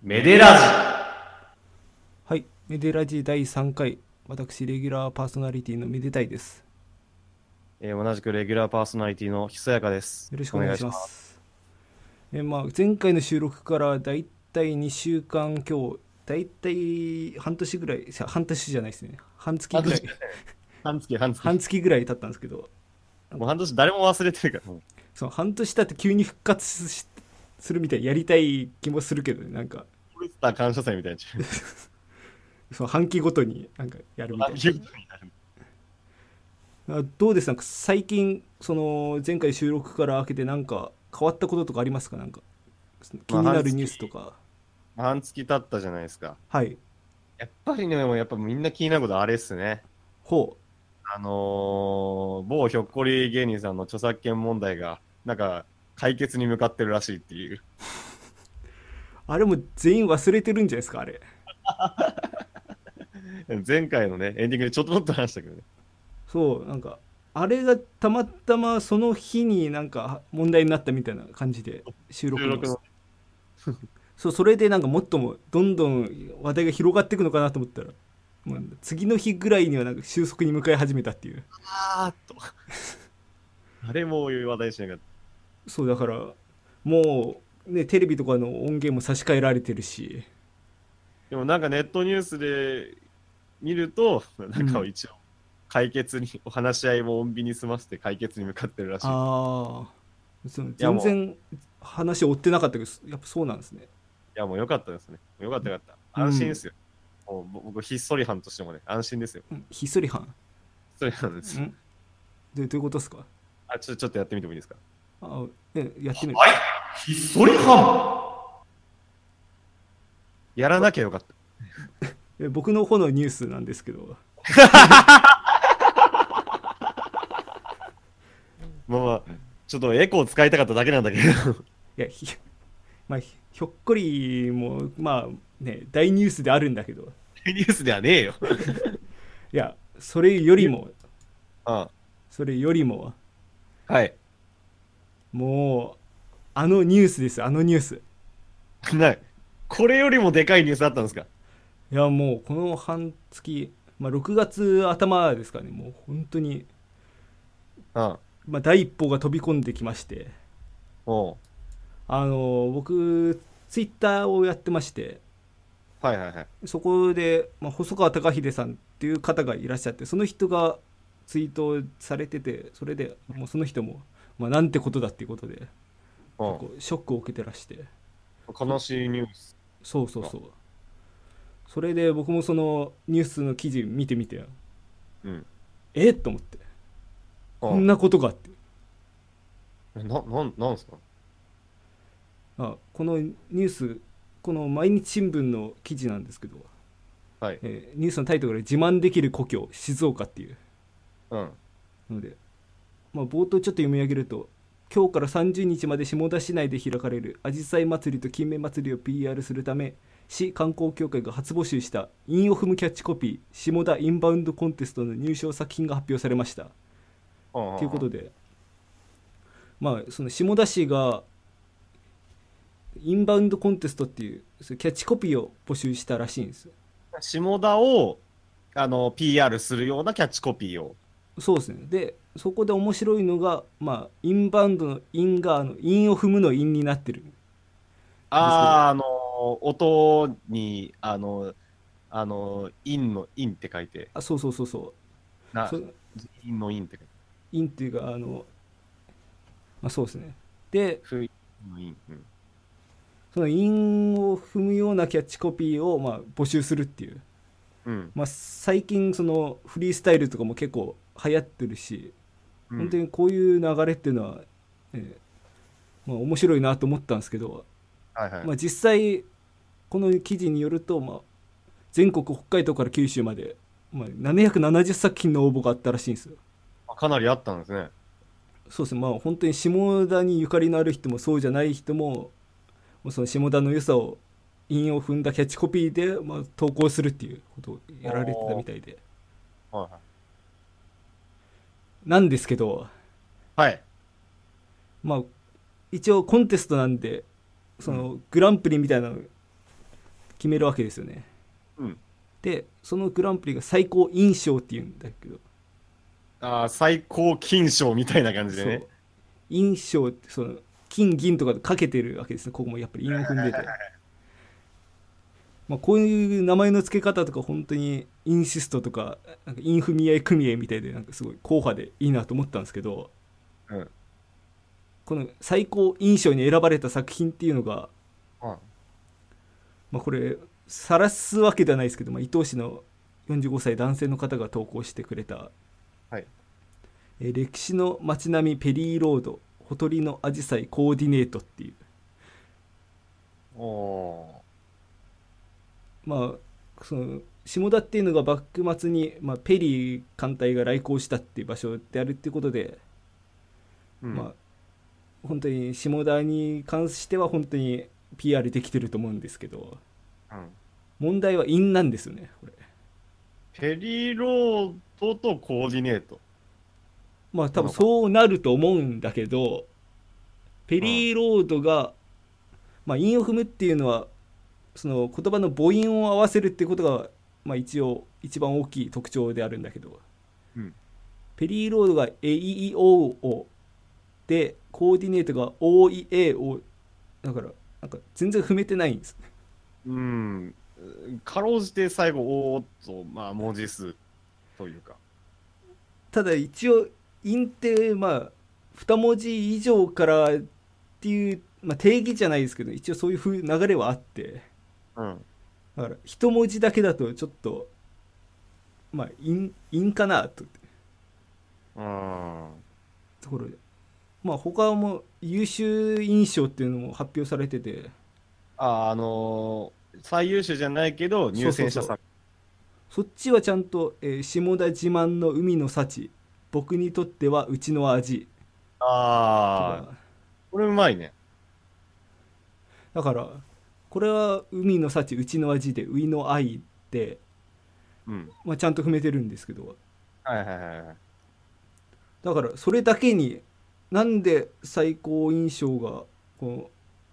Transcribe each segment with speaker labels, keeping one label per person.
Speaker 1: メデラ
Speaker 2: はい、メデラジ第3回、私、レギュラーパーソナリティのめでたいです。
Speaker 1: ジ、同じくレギュラーパーソナリティのひそやかです。
Speaker 2: よろしくお願いし
Speaker 1: お願いします。
Speaker 2: ます。前回の収録からだいたい2週間今日、だいたい半年ぐらい、半年じゃないですね。半月ぐらい、
Speaker 1: 半月、半月。
Speaker 2: 半月ぐらい経ったんですけど、なんか、
Speaker 1: もう半年誰も忘れてるから。もう
Speaker 2: その半年経って急に復活するみたいにやりたい気もするけどね、なんか、
Speaker 1: オールスター感謝祭みたいな。
Speaker 2: その半期ごとになんかやるみたい
Speaker 1: 半期ごとになる。
Speaker 2: な。どうですなんか最近、その前回収録から明けてなんか変わったこととかありますか？なんか気
Speaker 1: まあ
Speaker 2: になるニュースとか。
Speaker 1: 半月経ったじゃないですか。
Speaker 2: はい。
Speaker 1: やっぱりね、もうやっぱみんな気になることあれっすね。
Speaker 2: ほう。
Speaker 1: 某ひょっこり芸人さんの著作権問題が、なんか、解決に向かってるらしいっていう。
Speaker 2: あれも全員忘れてるんじゃないですか、あれ。
Speaker 1: 前回のね、エンディングでちょっと話したけどね。
Speaker 2: そう、なんか、あれがたまたまその日になんか問題になったみたいな感じで、収録の。
Speaker 1: 収録の。
Speaker 2: そう、それでなんかもっともどんどん話題が広がっていくのかなと思ったら、もう次の日ぐらいにはなんか収束に向かい始めたっていう。
Speaker 1: あーっと。誰も言う話題しなかった。
Speaker 2: そう、だから、もう、ね、テレビとかの音源も差し替えられてるし、
Speaker 1: でもなんかネットニュースで見ると、なんか
Speaker 2: うん。
Speaker 1: 一応解決に、お話し合いも穏便に済ませて解決に向かってるらしい。い
Speaker 2: ああ、
Speaker 1: やもう、
Speaker 2: 全然話追ってなかったけど、やっぱそうなんですね。
Speaker 1: いやもうよかったですね。よかったよかった。
Speaker 2: うん。
Speaker 1: 安心ですよ。もう僕、ひっそり班としてもね、安心ですよ。
Speaker 2: ひっそりはん。
Speaker 1: ひっそり班です。
Speaker 2: んどういうことですか？
Speaker 1: あ、ちょっとやってみてもいいですか？
Speaker 2: あ、やってみる。
Speaker 1: はい、ひっそり班やらなきゃよかった。
Speaker 2: 僕の方のニュースなんですけど、
Speaker 1: まあまあ、ちょっとエコー使いたかっただけなんだけど。
Speaker 2: いや、ひょっこりも、まあね、大ニュースであるんだけど、
Speaker 1: ニュースではねえよ。
Speaker 2: いや、それよりも、
Speaker 1: あ
Speaker 2: それよりも、
Speaker 1: はい。
Speaker 2: もう、あのニュースです、あのニュース。
Speaker 1: ない。これよりもでかいニュースあったんですか？
Speaker 2: いや、もう、この半月、6月頭ですかね、もう本当に、
Speaker 1: あ
Speaker 2: 第一報が飛び込んできまして、
Speaker 1: おう。
Speaker 2: 僕、ツイッターをやってまして、
Speaker 1: はいはいはい。
Speaker 2: そこで、細川貴秀さんっていう方がいらっしゃって、その人がツイートをされてて、それでもうその人も、なんてことだっていうことで結
Speaker 1: お
Speaker 2: 構ショックを受けてらして、
Speaker 1: う。悲しいニュースか。
Speaker 2: そうそうそう、それで僕もそのニュースの記事見てみて、
Speaker 1: うん。
Speaker 2: と思って、こん
Speaker 1: あ
Speaker 2: なことがあって、
Speaker 1: なんすか？
Speaker 2: このニュース、この毎日新聞の記事なんですけど、
Speaker 1: はい。
Speaker 2: ニュースのタイトルが「自慢できる故郷静岡」っていう
Speaker 1: うん。
Speaker 2: ので、冒頭ちょっと読み上げると、今日から30日まで下田市内で開かれるあじさい祭りと金目祭りを PR するため、市観光協会が初募集した韻を踏むキャッチコピー下田インバウンドコンテストの入賞作品が発表されましたということ
Speaker 1: あ
Speaker 2: で、その下田市がインバウンドコンテストっていうキャッチコピーを募集したらしいんです。
Speaker 1: 下田を、PR するようなキャッチコピーを。
Speaker 2: そうですね。でそこで面白いのが、インバウンドのインが韻を踏むの韻になってるんですけど、
Speaker 1: 音に、陰の陰って書いて、
Speaker 2: そうそうそうそう、
Speaker 1: な、陰の陰って書いて、
Speaker 2: 韻っていうかそうですね。で
Speaker 1: 不意の陰。うん。
Speaker 2: その韻を踏むようなキャッチコピーを募集するっていう、
Speaker 1: うん。
Speaker 2: 最近そのフリースタイルとかも結構流行ってるし、本当
Speaker 1: うん。
Speaker 2: にこういう流れっていうのは、面白いなと思ったんですけど、
Speaker 1: はいはい。
Speaker 2: 実際この記事によると、全国北海道から九州まで、770作品の応募があったらしいんですよ。
Speaker 1: かなりあったんですね。
Speaker 2: そうですね。本当に下田にゆかりのある人もそうじゃない人も、その下田の良さを韻を踏んだキャッチコピーで、投稿するっていうことをやられてた
Speaker 1: おー。
Speaker 2: みたいで、
Speaker 1: はいはい。
Speaker 2: なんですけど、
Speaker 1: はい。
Speaker 2: まあ一応コンテストなんで、そ
Speaker 1: うん。
Speaker 2: のグランプリみたいなの決めるわけですよね。
Speaker 1: うん。
Speaker 2: でそのグランプリが最高印象っていうんだけど、
Speaker 1: ああ、最高金賞みたいな感じでね。
Speaker 2: そう、印象ってその金銀とかでかけてるわけですね。ここもやっぱり韻を踏んでて、まあ、こういう名前の付け方とか本当にインシストとか、なんかインフミ合い組合みたいで、なんかすごい硬派でいいなと思ったんですけど、
Speaker 1: うん。
Speaker 2: この最高印象に選ばれた作品っていうのが、
Speaker 1: あ、
Speaker 2: まあ、これ晒すわけではないですけど、まあ、伊東市の45歳男性の方が投稿してくれた、
Speaker 1: はい。
Speaker 2: 歴史の街並みペリーロードほとりのアジサイコーディネートっていう、
Speaker 1: おー。
Speaker 2: まあその下田っていうのが幕末に、まあ、ペリー艦隊が来航したっていう場所であるっていうことで、
Speaker 1: うん。
Speaker 2: まあ本当に下田に関しては本当に PR できてると思うんですけど、
Speaker 1: うん。
Speaker 2: 問題は因なんですよねこれ。
Speaker 1: ペリーロードとコーディネート
Speaker 2: まあ多分
Speaker 1: なのか
Speaker 2: そうなると思うんだけど、ペ
Speaker 1: な。うん。
Speaker 2: リーロードが、まあ、韻を踏むっていうのはその言葉の母音を合わせるっていうことが、まあ、一応一番大きい特徴であるんだけど、
Speaker 1: うん。
Speaker 2: ペリーロードがエイイオーオでコーディネートが OEA だからなんか全然踏めてないんです。
Speaker 1: うん。かろうじて最後、おーっと、まあ、文字数というか。
Speaker 2: ただ一応韻ってまあ2文字以上からっていう、まあ、定義じゃないですけど一応そういう流れはあって、
Speaker 1: うん。
Speaker 2: だから一文字だけだとちょっとまあ韻かなという
Speaker 1: うん。
Speaker 2: ところで、まあ他も優秀印象っていうのも発表されてて、
Speaker 1: あ、最優秀じゃないけど、
Speaker 2: そうそうそう、
Speaker 1: 入選者作。
Speaker 2: そっちはちゃんと、下田自慢の海の幸僕にとってはうちの味と
Speaker 1: ああ、
Speaker 2: か、
Speaker 1: これうまいね。
Speaker 2: だからこれは海の幸うちの味でういの愛で、
Speaker 1: うん。
Speaker 2: まあ、ちゃんと踏めてるんですけど、
Speaker 1: はいはいはいはい。
Speaker 2: だからそれだけになんで最高印象がこ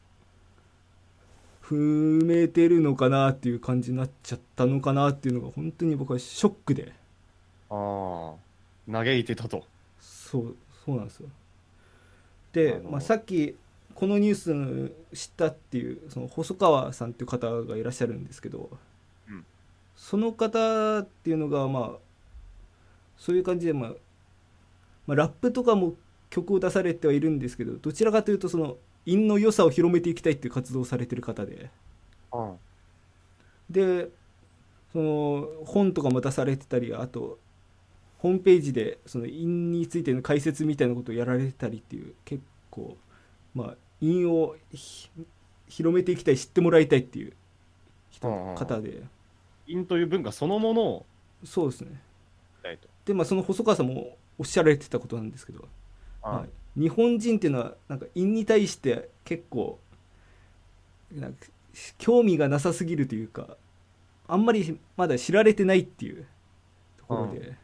Speaker 2: う踏めてるのかなっていう感じになっちゃったのかなっていうのが本当に僕はショックで、
Speaker 1: ああ、嘆いてたと。
Speaker 2: そうなんですよ。で、まあ、
Speaker 1: あの、
Speaker 2: さっきこのニュース知ったっていうその細川さんっていう方がいらっしゃるんですけど、
Speaker 1: うん。
Speaker 2: その方っていうのがまあそういう感じで、まあラップとかも曲を出されてはいるんですけど、どちらかというとその韻の良さを広めていきたいっていう活動をされてる方で、
Speaker 1: あ
Speaker 2: でその本とかも出されてたり、あとホームページでその韻についての解説みたいなことをやられてたりっていう、結構まあ韻を広めていきたい、知ってもらいたいっていう
Speaker 1: あ、
Speaker 2: 人方で、
Speaker 1: 陰という文化そのものを
Speaker 2: そうですね。
Speaker 1: たいと。
Speaker 2: でまあその細川さんもおっしゃられてたことなんですけど、まあ、
Speaker 1: あ
Speaker 2: 日本人っていうのはなんか韻に対して結構なんか興味がなさすぎるというか、あんまりまだ知られてないっていうところ
Speaker 1: あ、
Speaker 2: で、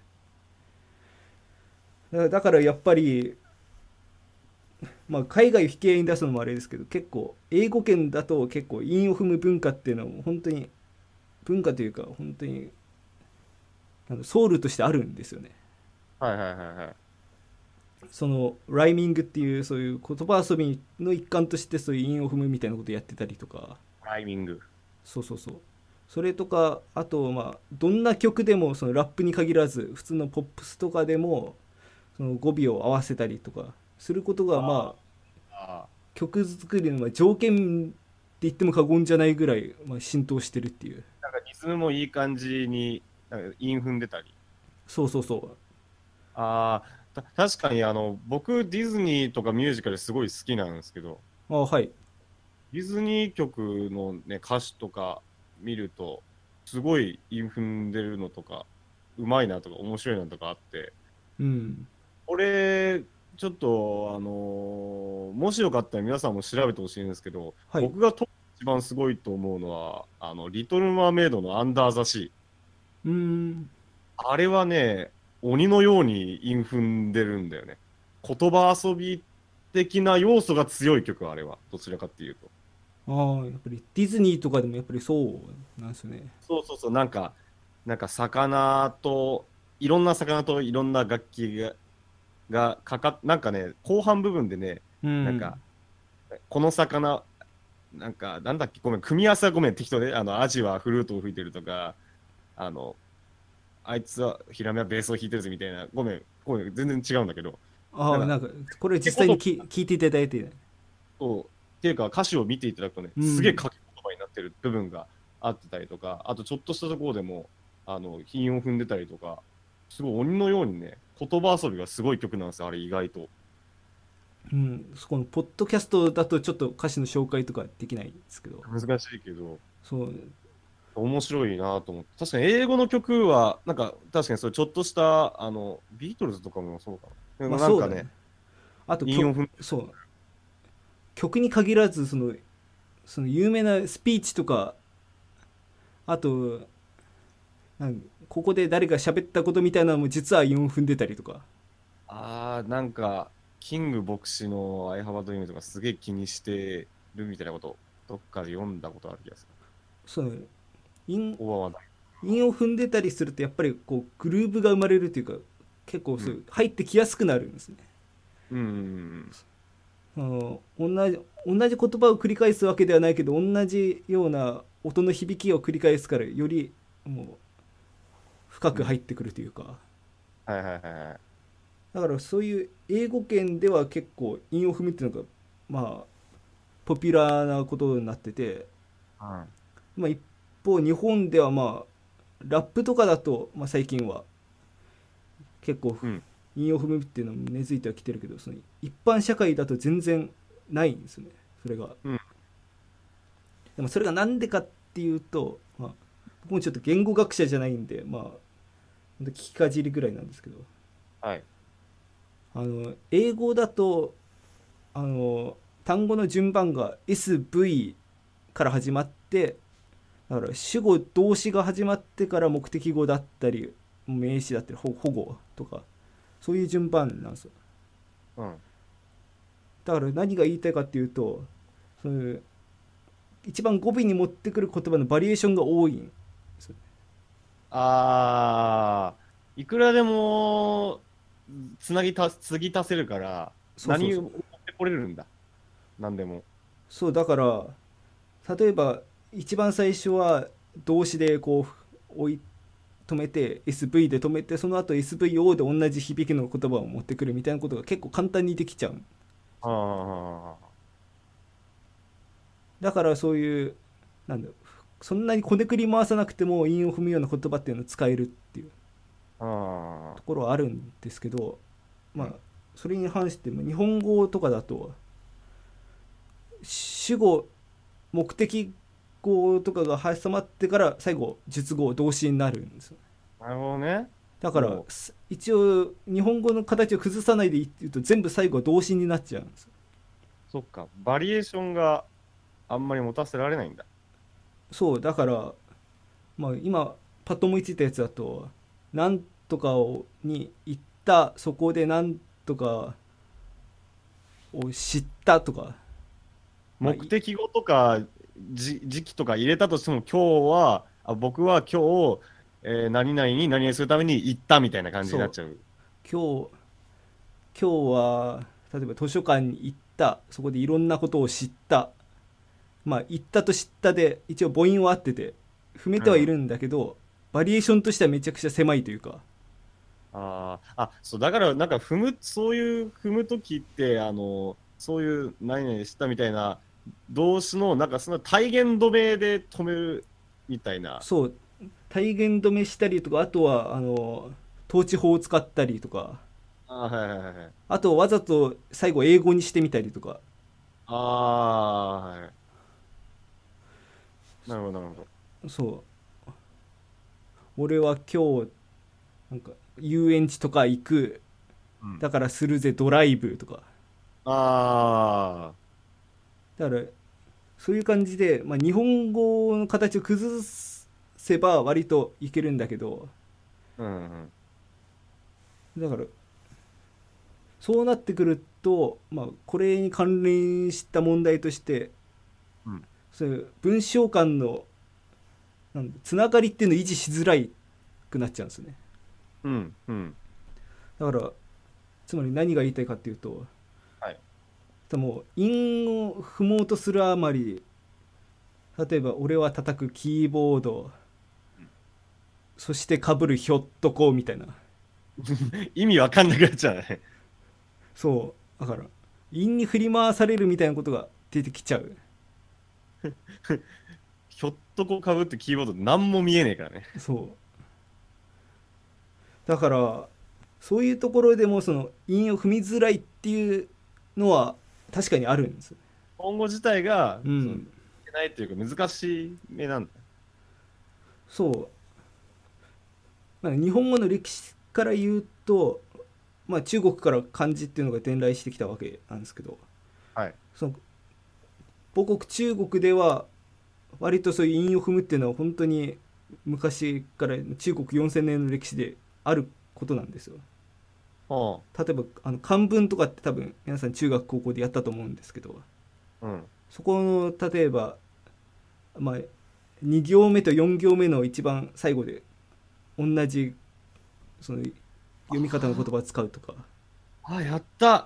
Speaker 2: だからやっぱり、まあ、海外を引き合いに出すのもあれですけど、結構英語圏だと結構韻を踏む文化っていうのは本当に文化というか本当にソウルとしてあるんですよね。
Speaker 1: はいはいはいはい。
Speaker 2: そのライミングっていうそういう言葉遊びの一環としてそういう韻を踏むみたいなことやってたりとか、
Speaker 1: タイミング。
Speaker 2: そうそうそう、それとかあとまあどんな曲でもそのラップに限らず普通のポップスとかでもその語尾を合わせたりとかすることがまあ
Speaker 1: あ
Speaker 2: 曲作りのまあ条件って言っても過言じゃないぐらいまあ浸透してるっていう。
Speaker 1: なんかリズムもいい感じに、なんか韻踏んでたり。
Speaker 2: そうそうそ
Speaker 1: ああ、確かに僕ディズニーとかミュージカルすごい好きなんですけど、
Speaker 2: う、はい。
Speaker 1: ディズニー曲のね、歌詞とか見ると、すごい韻踏んでるのとか、うまいなとか面白いなとかあって、
Speaker 2: うん。
Speaker 1: これ、ちょっと、もしよかったら皆さんも調べてほしいんですけど、
Speaker 2: はい。
Speaker 1: 僕が一番すごいと思うのは、リトル・マーメイドのアンダー・ザ・シー。
Speaker 2: うーん。
Speaker 1: あれはね、鬼のように韻踏んでるんだよね。言葉遊び的な要素が強い曲、あれは。どちらかっていうと。
Speaker 2: ああ、やっぱりディズニーとかでもやっぱりそうなんですよね。
Speaker 1: そうそうそう、なんか魚と、いろんな魚といろんな楽器がなんかね、後半部分でね、
Speaker 2: うん。
Speaker 1: なんか、この魚、なんか、なんだっけ、ごめん、組み合わせはごめん、適当で、アジはフルートを吹いてるとか、あの、あいつはヒラメはベースを弾いてるぜみたいな、ごめん、全然違うんだけど、なんか、
Speaker 2: ああ、なんかこれ実際に
Speaker 1: 掛け
Speaker 2: 聞いていただいて、
Speaker 1: っていうか歌詞を見ていただくとね、すげえ
Speaker 2: うん。
Speaker 1: 掛け言葉になってる部分があってたりとか、あとちょっとしたところでも、韻を踏んでたりとか、すごい鬼のようにね、言葉遊びがすごい曲なんですよ、あれ意外と。
Speaker 2: うん、そこのポッドキャストだとちょっと歌詞の紹介とかできないんですけど、
Speaker 1: 難しいけど、
Speaker 2: そう、
Speaker 1: 面白いなと思って。確かに英語の曲は、なんか確かにそうちょっとした、ビートルズとかもそうかな。で
Speaker 2: まあ
Speaker 1: もなんかね、
Speaker 2: そうだね。あと
Speaker 1: 韻を踏んでたり
Speaker 2: そう曲に限らずその有名なスピーチとか、あとここで誰が喋ったことみたいなのも実は韻を踏んでたりとか、
Speaker 1: なんか、キング牧師の I have a dream とかすげえ気にしてるみたいなこと、どっかで読んだことある気がする。
Speaker 2: そう韻
Speaker 1: オバマだ。
Speaker 2: 韻を踏んでたりするとやっぱりこうグルーブが生まれるというか、結構
Speaker 1: うん。
Speaker 2: そういう入ってきやすくなるんですね。
Speaker 1: うん。
Speaker 2: あの同じ言葉を繰り返すわけではないけど、同じような音の響きを繰り返すから、よりもう深
Speaker 1: うん。
Speaker 2: く入ってくるというか、
Speaker 1: はいはいはいはい。
Speaker 2: だからそういう英語圏では結構韻を踏むっていうのがまあポピュラーなことになってて、
Speaker 1: うん。
Speaker 2: まあ、一方日本ではまあラップとかだと、まあ、最近は結構
Speaker 1: うん。
Speaker 2: 韻を踏むっていうのも根付いてはきてるけど、その一般社会だと全然ないんですよね、それが。
Speaker 1: うん。
Speaker 2: でもそれがなんでかっていうと、まあ、僕もちょっと言語学者じゃないんで、まあ聞きかじりぐらいなんですけど、
Speaker 1: はい。
Speaker 2: 英語だとあの単語の順番が SV から始まって、だから主語動詞が始まってから目的語だったり名詞だったり保護とか、そういう順番なんですよ。
Speaker 1: うん。
Speaker 2: だから何が言いたいかっていうと、その一番語尾に持ってくる言葉のバリエーションが多いんですよ。
Speaker 1: いくらでも、継ぎ足せるから、
Speaker 2: そうそうそう。
Speaker 1: 何を持ってこれるんだ。何でも。
Speaker 2: そうだから、例えば一番最初は動詞でこう止めて SV で止めて、その後 SVO で同じ響きの言葉を持ってくるみたいなことが結構簡単にできちゃう。
Speaker 1: ああ。
Speaker 2: だからそういうなんだそんなにこねくり回さなくても韻を踏むような言葉っていうのを使えるっていう
Speaker 1: ああ。
Speaker 2: ところはあるんですけど、まあ
Speaker 1: うん。
Speaker 2: それに反して日本語とかだと主語目的語とかが挟まってから最後述語動詞になるんですよ。
Speaker 1: なるほどね。
Speaker 2: だから
Speaker 1: もう、
Speaker 2: 一応日本語の形を崩さないで言うと全部最後は動詞になっちゃうんです。
Speaker 1: そっか。バリエーションがあんまり持たせられないんだ。
Speaker 2: そうだから、まあ、今パッと思いついたやつだと、なんとかに行ったそこでなんとかを知ったとか、まあ
Speaker 1: 目的語とか時期とか入れたとしても、僕は今日、何々に何々するために行ったみたいな感じになっ
Speaker 2: そう
Speaker 1: ちゃう。
Speaker 2: 今日今日は例えば図書館に行った、そこでいろんなことを知った、まあ行ったと知ったで一応母音は合ってて踏め
Speaker 1: うん。
Speaker 2: てはいるんだけど、バリエーションとしてはめちゃくちゃ狭いというか。
Speaker 1: そう、だからなんかそういう踏むときって、そういう何々したみたいな動詞の、なんかその体言止めで止めるみたいな。
Speaker 2: そう体言止めしたりとか、あとは統治法を使ったりとか、
Speaker 1: はいはいはいはい。
Speaker 2: あとわざと最後英語にしてみたりとか。
Speaker 1: はい。なるほど、なるほど。
Speaker 2: そう俺は今日なんか遊園地とか行く、
Speaker 1: うん。
Speaker 2: だからするぜドライブとか。
Speaker 1: あ
Speaker 2: だからそういう感じで、まあ、日本語の形を崩せば割といけるんだけど、
Speaker 1: うんうん。
Speaker 2: だからそうなってくると、まあ、これに関連した問題として、
Speaker 1: うん。
Speaker 2: そういう文章間のつながりっていうのを維持しづらくなっちゃうんですよね。
Speaker 1: うんうん。
Speaker 2: だからつまり何が言いたいかっていうと、
Speaker 1: はい。
Speaker 2: もう韻を踏もうとするあまり、例えば俺は叩くキーボード、そして被るひょっとこうみたいな、
Speaker 1: 意味わかんなくなっちゃうね。
Speaker 2: そうだから韻に振り回されるみたいなことが出てきちゃう。
Speaker 1: ひょっとこかぶってキーボード何も見えねえからね。
Speaker 2: そうだからそういうところでもその韻を踏みづらいっていうのは確かにあるんです。
Speaker 1: 今後自体が、その、い
Speaker 2: うん。
Speaker 1: けないっていうか難しい目なんだ。
Speaker 2: そうまあ日本語の歴史から言うと、まあ、中国から漢字っていうのが伝来してきたわけなんですけど、
Speaker 1: はい。
Speaker 2: その母国中国では割とそういう韻を踏むっていうのは本当に昔から中国4000年の歴史であることなんですよ。
Speaker 1: は
Speaker 2: 例えば漢文とかって多分皆さん中学高校でやったと思うんですけど、
Speaker 1: あ。うん。
Speaker 2: そこの例えば、まあ、2行目と4行目の一番最後で同じその読み方の言葉を使うとか。
Speaker 1: あ、やった。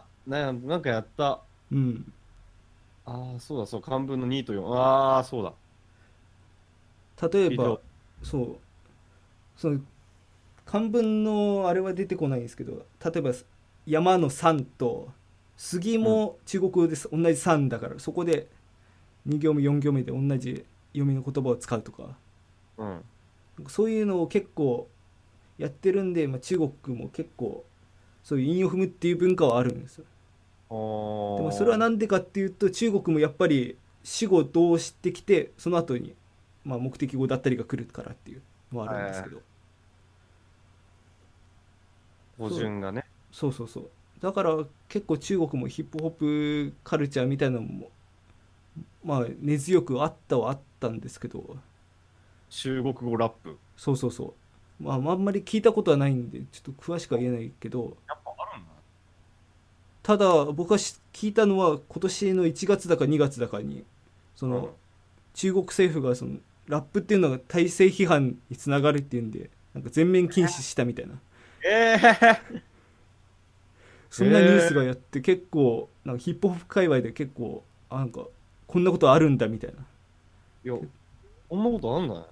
Speaker 1: なんかやった。
Speaker 2: うん。
Speaker 1: ああ、そうだ、そう、漢文の2と4。ああ、そうだ。
Speaker 2: 例えば
Speaker 1: 聞いた。
Speaker 2: その漢文のあれは出てこないんですけど、例えば山の山と杉
Speaker 1: うん。
Speaker 2: も中国語です同じ山だから、そこで2行目4行目で同じ読みの言葉を使うとか、
Speaker 1: うん。
Speaker 2: そういうのを結構やってるんで、まあ、中国も結構そういう韻を踏むっていう文化はあるんですよ。
Speaker 1: あ
Speaker 2: でもそれは
Speaker 1: あ。
Speaker 2: 何でかっていうと、中国もやっぱり死語動詞ってきてその後にまあ目的語だったりが来るからっていうのはあるんですけど。
Speaker 1: 語
Speaker 2: そう
Speaker 1: 順がね。
Speaker 2: そうだから結構中国もヒップホップカルチャーみたいなのもまあ根強くあったはあったんですけど、
Speaker 1: 中国語ラップ。
Speaker 2: そうまああんまり聞いたことはないんでちょっと詳しくは言えないけど、
Speaker 1: やっぱあるんだ。
Speaker 2: ただ僕が聞いたのは今年の1月だか2月だかにその
Speaker 1: うん。
Speaker 2: 中国政府がそのラップっていうのが体制批判につながるっていうんでなんか全面禁止したみたいな、
Speaker 1: ええ
Speaker 2: そんなニュースが
Speaker 1: ええ
Speaker 2: やって結構なんかヒップホップ界隈で結構なんかこんなことあるんだみたいな。
Speaker 1: いや、こんなことあんだね。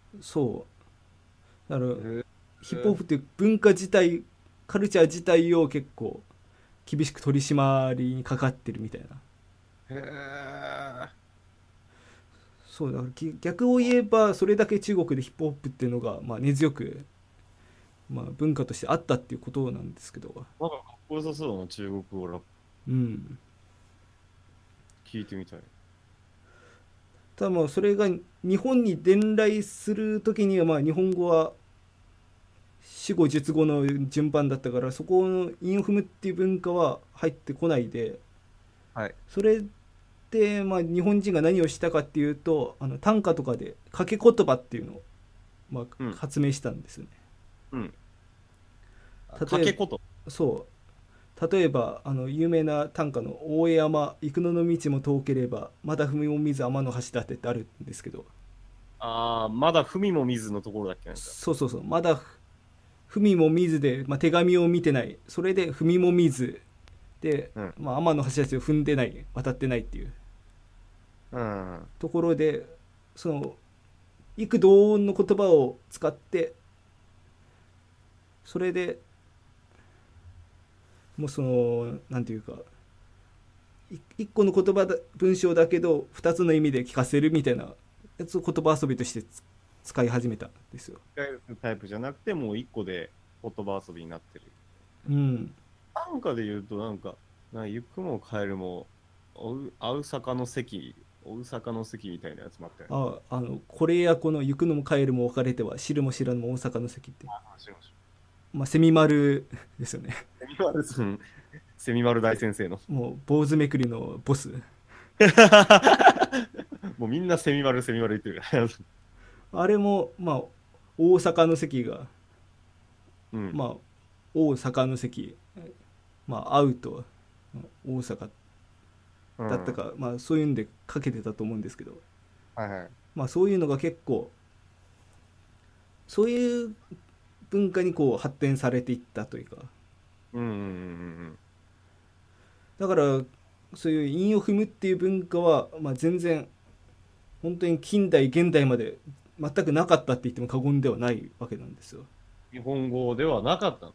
Speaker 2: そうだから
Speaker 1: え
Speaker 2: ヒップホップっていう文化自体カルチャー自体を結構厳しく取り締まりにかかってるみたいな。
Speaker 1: へえ。
Speaker 2: そうだから逆を言えばそれだけ中国でヒップホップっていうのがまあ根強くまあ文化としてあったっていうことなんですけど。
Speaker 1: なんかかっこよさそうだな、中国語ラップ。
Speaker 2: うん。
Speaker 1: 聞いてみたい。
Speaker 2: ただまあそれが日本に伝来する時にはまあ日本語は死語述語の順番だったからそこの韻を踏むっていう文化は入ってこないで、
Speaker 1: はい。
Speaker 2: それでまあ日本人が何をしたかっていうと短歌とかで掛け言葉っていうのをまあ
Speaker 1: うん。
Speaker 2: 発明したんですよね。
Speaker 1: うん。
Speaker 2: 例えば
Speaker 1: かけこと。
Speaker 2: 例えば有名な短歌の「大江山幾野の道も遠ければまだ踏みもみず天の橋立」ってあるんですけど、
Speaker 1: ああ、まだ文も水のところだっけ、なんか。
Speaker 2: まだ踏みもみずで、まあ、手紙を見てない、それで踏みもみずで、
Speaker 1: うん。
Speaker 2: まあ、天の橋立を踏んでない渡ってないっていう
Speaker 1: うん。
Speaker 2: ところで、その幾同音の言葉を使って、それでもうそのなんていうか一個の言葉文章だけど二つの意味で聞かせるみたいなやつを言葉遊びとして使い始めたんですよ。
Speaker 1: 使えるタイプじゃなくて、もう一個で言葉遊びになってる。
Speaker 2: うん。
Speaker 1: なんかで言うと、行くも帰るも、会う坂の席、追う坂の席みたいなやつもあったよね。
Speaker 2: これやこの行くのも帰るも別れては知るも知らぬも大阪の関って、
Speaker 1: あ、しまし
Speaker 2: まあ、セミ丸ですよね。
Speaker 1: セミマルさん、セミマル大先生の。
Speaker 2: もう坊主めくりのボス。
Speaker 1: もうみんなセミマル、セミマル言ってるから。
Speaker 2: あれもまあ大阪の関が
Speaker 1: うん。
Speaker 2: まあ大阪の関、まあ会うと大阪
Speaker 1: うん。
Speaker 2: だったか、まあそういうんでかけてたと思うんですけど、
Speaker 1: はいはい。
Speaker 2: まあそういうのが結構そういう文化にこう発展されていったというか、
Speaker 1: うんうんうん
Speaker 2: だからそういう韻を踏むっていう文化は、まあ、全然本当に近代現代まで全くなかったって言っても過言ではないわけなんですよ。
Speaker 1: うん。日本語ではなかったんだ。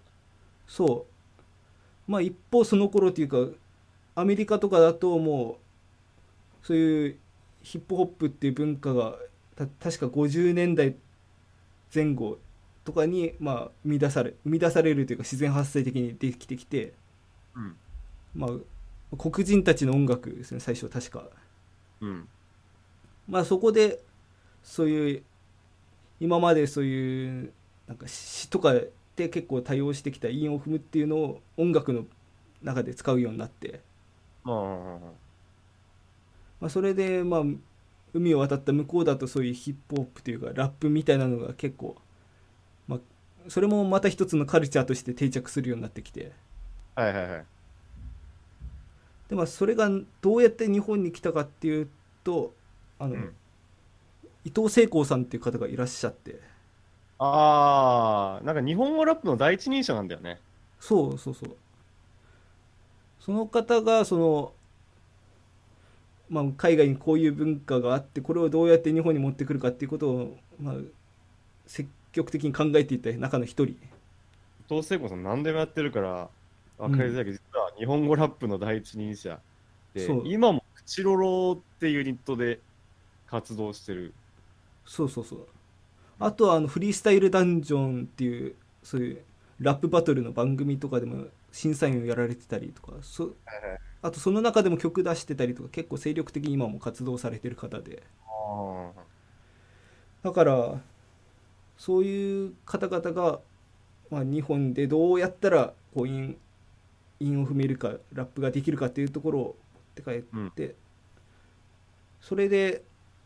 Speaker 2: そうまあ一方その頃っていうかアメリカとかだともうそういうヒップホップっていう文化が確か50年代前後とかにまあ生み出されるというか自然発生的にできてきて、
Speaker 1: うん。
Speaker 2: まあ黒人たちの音楽ですね最初確か。
Speaker 1: うん。
Speaker 2: まあそこでそういう今までそういうなんか詩とかで結構多用してきた韻を踏むっていうのを音楽の中で使うようになって、
Speaker 1: まあ、
Speaker 2: まあ、それでまあ海を渡った向こうだとそういうヒップホップというかラップみたいなのが結構、まあ、それもまた一つのカルチャーとして定着するようになってきて、
Speaker 1: はいはいはい。
Speaker 2: でまあそれがどうやって日本に来たかっていうとあの
Speaker 1: うん。
Speaker 2: 伊藤聖光さんっていう方がいらっしゃって、
Speaker 1: ああ、なんか日本語ラップの第一人者なんだよね。
Speaker 2: そうそうそう、その方がそのまあ、海外にこういう文化があってこれをどうやって日本に持ってくるかっていうことを、まあ、積極的に考えていった中の一人。
Speaker 1: 伊藤聖子さん何でもやってるから、わ
Speaker 2: うん、
Speaker 1: かりづらいけど、実は日本語ラップの第一人者で、
Speaker 2: そう
Speaker 1: 今もクチロロっていうユニットで活動してる。
Speaker 2: そうそうそう、
Speaker 1: うん。
Speaker 2: あとはフリースタイルダンジョンっていうそういうラップバトルの番組とかでも審査員をやられてたりとか、
Speaker 1: はいはい。
Speaker 2: あとその中でも曲出してたりとか結構精力的に今も活動されてる方で、
Speaker 1: ああ、
Speaker 2: だからそういう方々が、まあ、日本でどうやったらこう韻を踏めるかラップができるかっていうところを持って帰っ
Speaker 1: うん。
Speaker 2: て、それで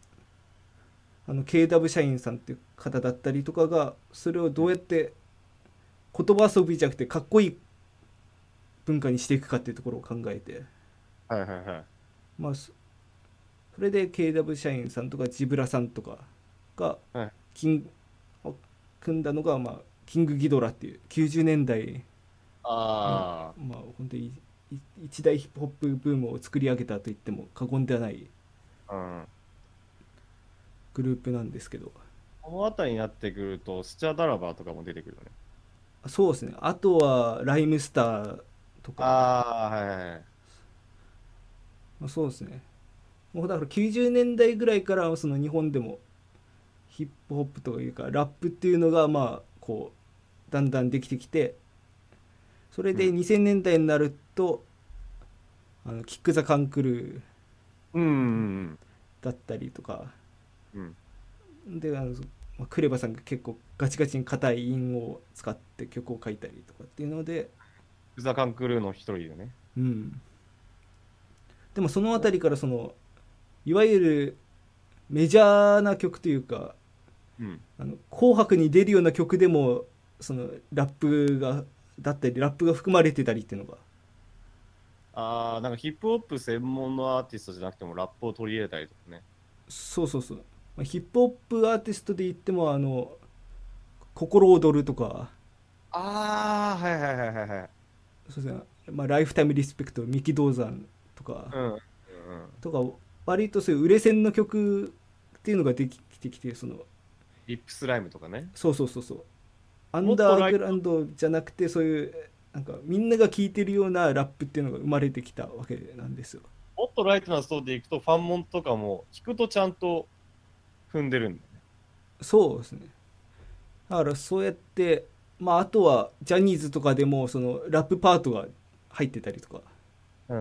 Speaker 2: KW 社員さんっていう方だったりとかがそれを
Speaker 1: うん。
Speaker 2: どうやって言葉遊びじゃなくてかっこいい文化にしていくかっていうところを考えて、
Speaker 1: はいはいはい。
Speaker 2: まあそれで KW 社員さんとかジブラさんとかが
Speaker 1: はい。
Speaker 2: 金を組んだのが、まあ、キングギドラっていう90年代の、
Speaker 1: あ
Speaker 2: まあ、本当に一大ヒップホップブームを作り上げたと言っても過言ではない
Speaker 1: あ、うん。
Speaker 2: グループなんですけど、
Speaker 1: この辺りになってくると、スチャダラバーとかも出てくるよね。
Speaker 2: そうですね、あとはライムスターとか、
Speaker 1: ああ、はいはいはい。
Speaker 2: まあ、そうですね、もうだから90年代ぐらいからその日本でもヒップホップというかラップっていうのがまあこうだんだんできてきて、それで
Speaker 1: うん。
Speaker 2: 2000年代になるとキック・ザ・カンクルー
Speaker 1: うんうん
Speaker 2: だったりとか
Speaker 1: うん。うん。
Speaker 2: でまあクレバさんが結構ガチガチに硬い韻を使って曲を書いたりとかっていうので、
Speaker 1: クザカンクルーの一人でね。
Speaker 2: うん、でもその辺りからそのいわゆるメジャーな曲というか
Speaker 1: うん。
Speaker 2: 紅白に出るような曲でもそのラップがだったりラップが含まれてたりっていうのが、
Speaker 1: ああ、なんかヒップホップ専門のアーティストじゃなくてもラップを取り入れたりとかね。
Speaker 2: そうそうそう、まあ、ヒップホップアーティストで言っても心躍るとか、
Speaker 1: ああ、はいはいはいはいはい。
Speaker 2: そうですね、まあ、ライフタイムリスペクト三木道山とか
Speaker 1: うん。うん。
Speaker 2: とか割とそういう売れ線の曲っていうのができてきて、
Speaker 1: リップスライムとかね。
Speaker 2: そうそうそうそう、アン
Speaker 1: もっとライト、
Speaker 2: ダーグラウンドじゃなくてそういうなんかみんなが聴いてるようなラップっていうのが生まれてきたわけなんですよ。
Speaker 1: もっとライトなストーリーでいくと、ファンモンとかも聞くとちゃんと踏んでるんだよね。
Speaker 2: そうですね、だからそうやってまああとはジャニーズとかでもそのラップパートが入ってたりとか、だか
Speaker 1: うん。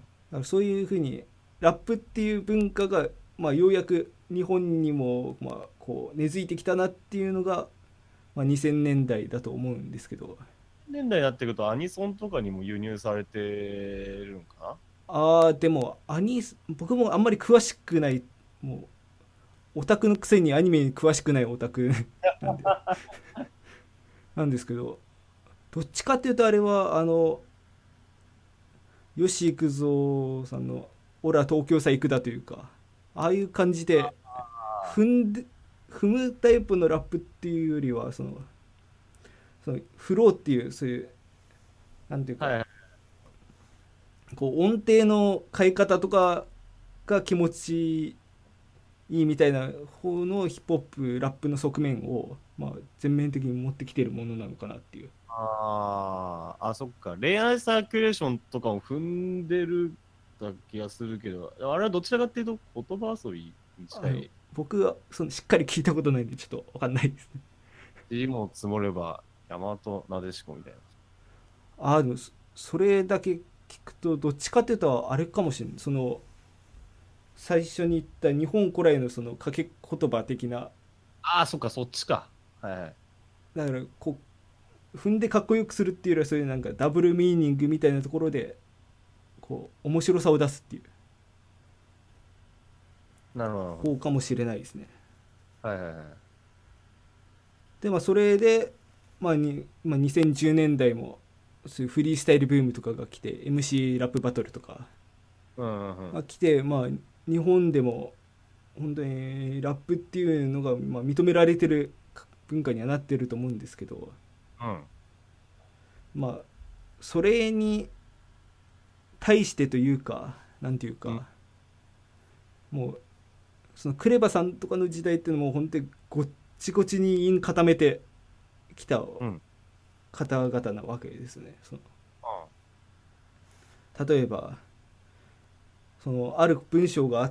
Speaker 2: らそういうふうにラップっていう文化がまあようやく日本にもまあこう根付いてきたなっていうのが、まあ、2000年代だと思うんですけど、
Speaker 1: 年代になってくるとアニソンとかにも輸入されてるんか
Speaker 2: でも僕もあんまり詳しくない、もうオタクのくせにアニメに詳しくないオタクなんでなんですけど、どっちかっていうとあれは吉幾三さんの「オラ東京さ行くだ」というか、ああいう感じで踏むタイプのラップっていうよりはそのフローっていうそういうなんていうか
Speaker 1: はいはい。
Speaker 2: こう音程の変え方とかが気持ちいいみたいな方のヒップホップラップの側面を、まあ、全面的に持ってきてるものなのかなっていう。
Speaker 1: そっか。恋愛サーキュレーションとかも踏んでるだ気がするけど、あれはどちらかっていうと言葉遊びに
Speaker 2: あの
Speaker 1: 近い。
Speaker 2: 僕はしっかり聞いたことないんでちょっと分かんないですね。
Speaker 1: 字も積もれば大和なでしこみたいな。
Speaker 2: でもそれだけ聞くとどっちかっていうとあれかもしれない。最初に言った日本古来の掛け言葉的な、
Speaker 1: そっか、そっちか。はいはい。
Speaker 2: だからこう踏んでかっこよくするっていうよりはそういうなんかダブルミーニングみたいなところでこう面白さを出すっていう
Speaker 1: なるほど。
Speaker 2: 方かもしれないですね。
Speaker 1: はいはいはい。
Speaker 2: でそれで、2010年代もそういうフリースタイルブームとかが来て MC ラップバトルとか
Speaker 1: うんうんうん。
Speaker 2: が来て、日本でも本当にラップっていうのが、認められてる文化にはなってると思うんですけど、
Speaker 1: うん。
Speaker 2: まあそれに対してというかなんていう
Speaker 1: うん。
Speaker 2: か、もうそのクレバさんとかの時代っていうのも本当にごっちごちに韻固めてきた
Speaker 1: うん。
Speaker 2: 方々なわけですね。
Speaker 1: あ
Speaker 2: 例えばある文章があって、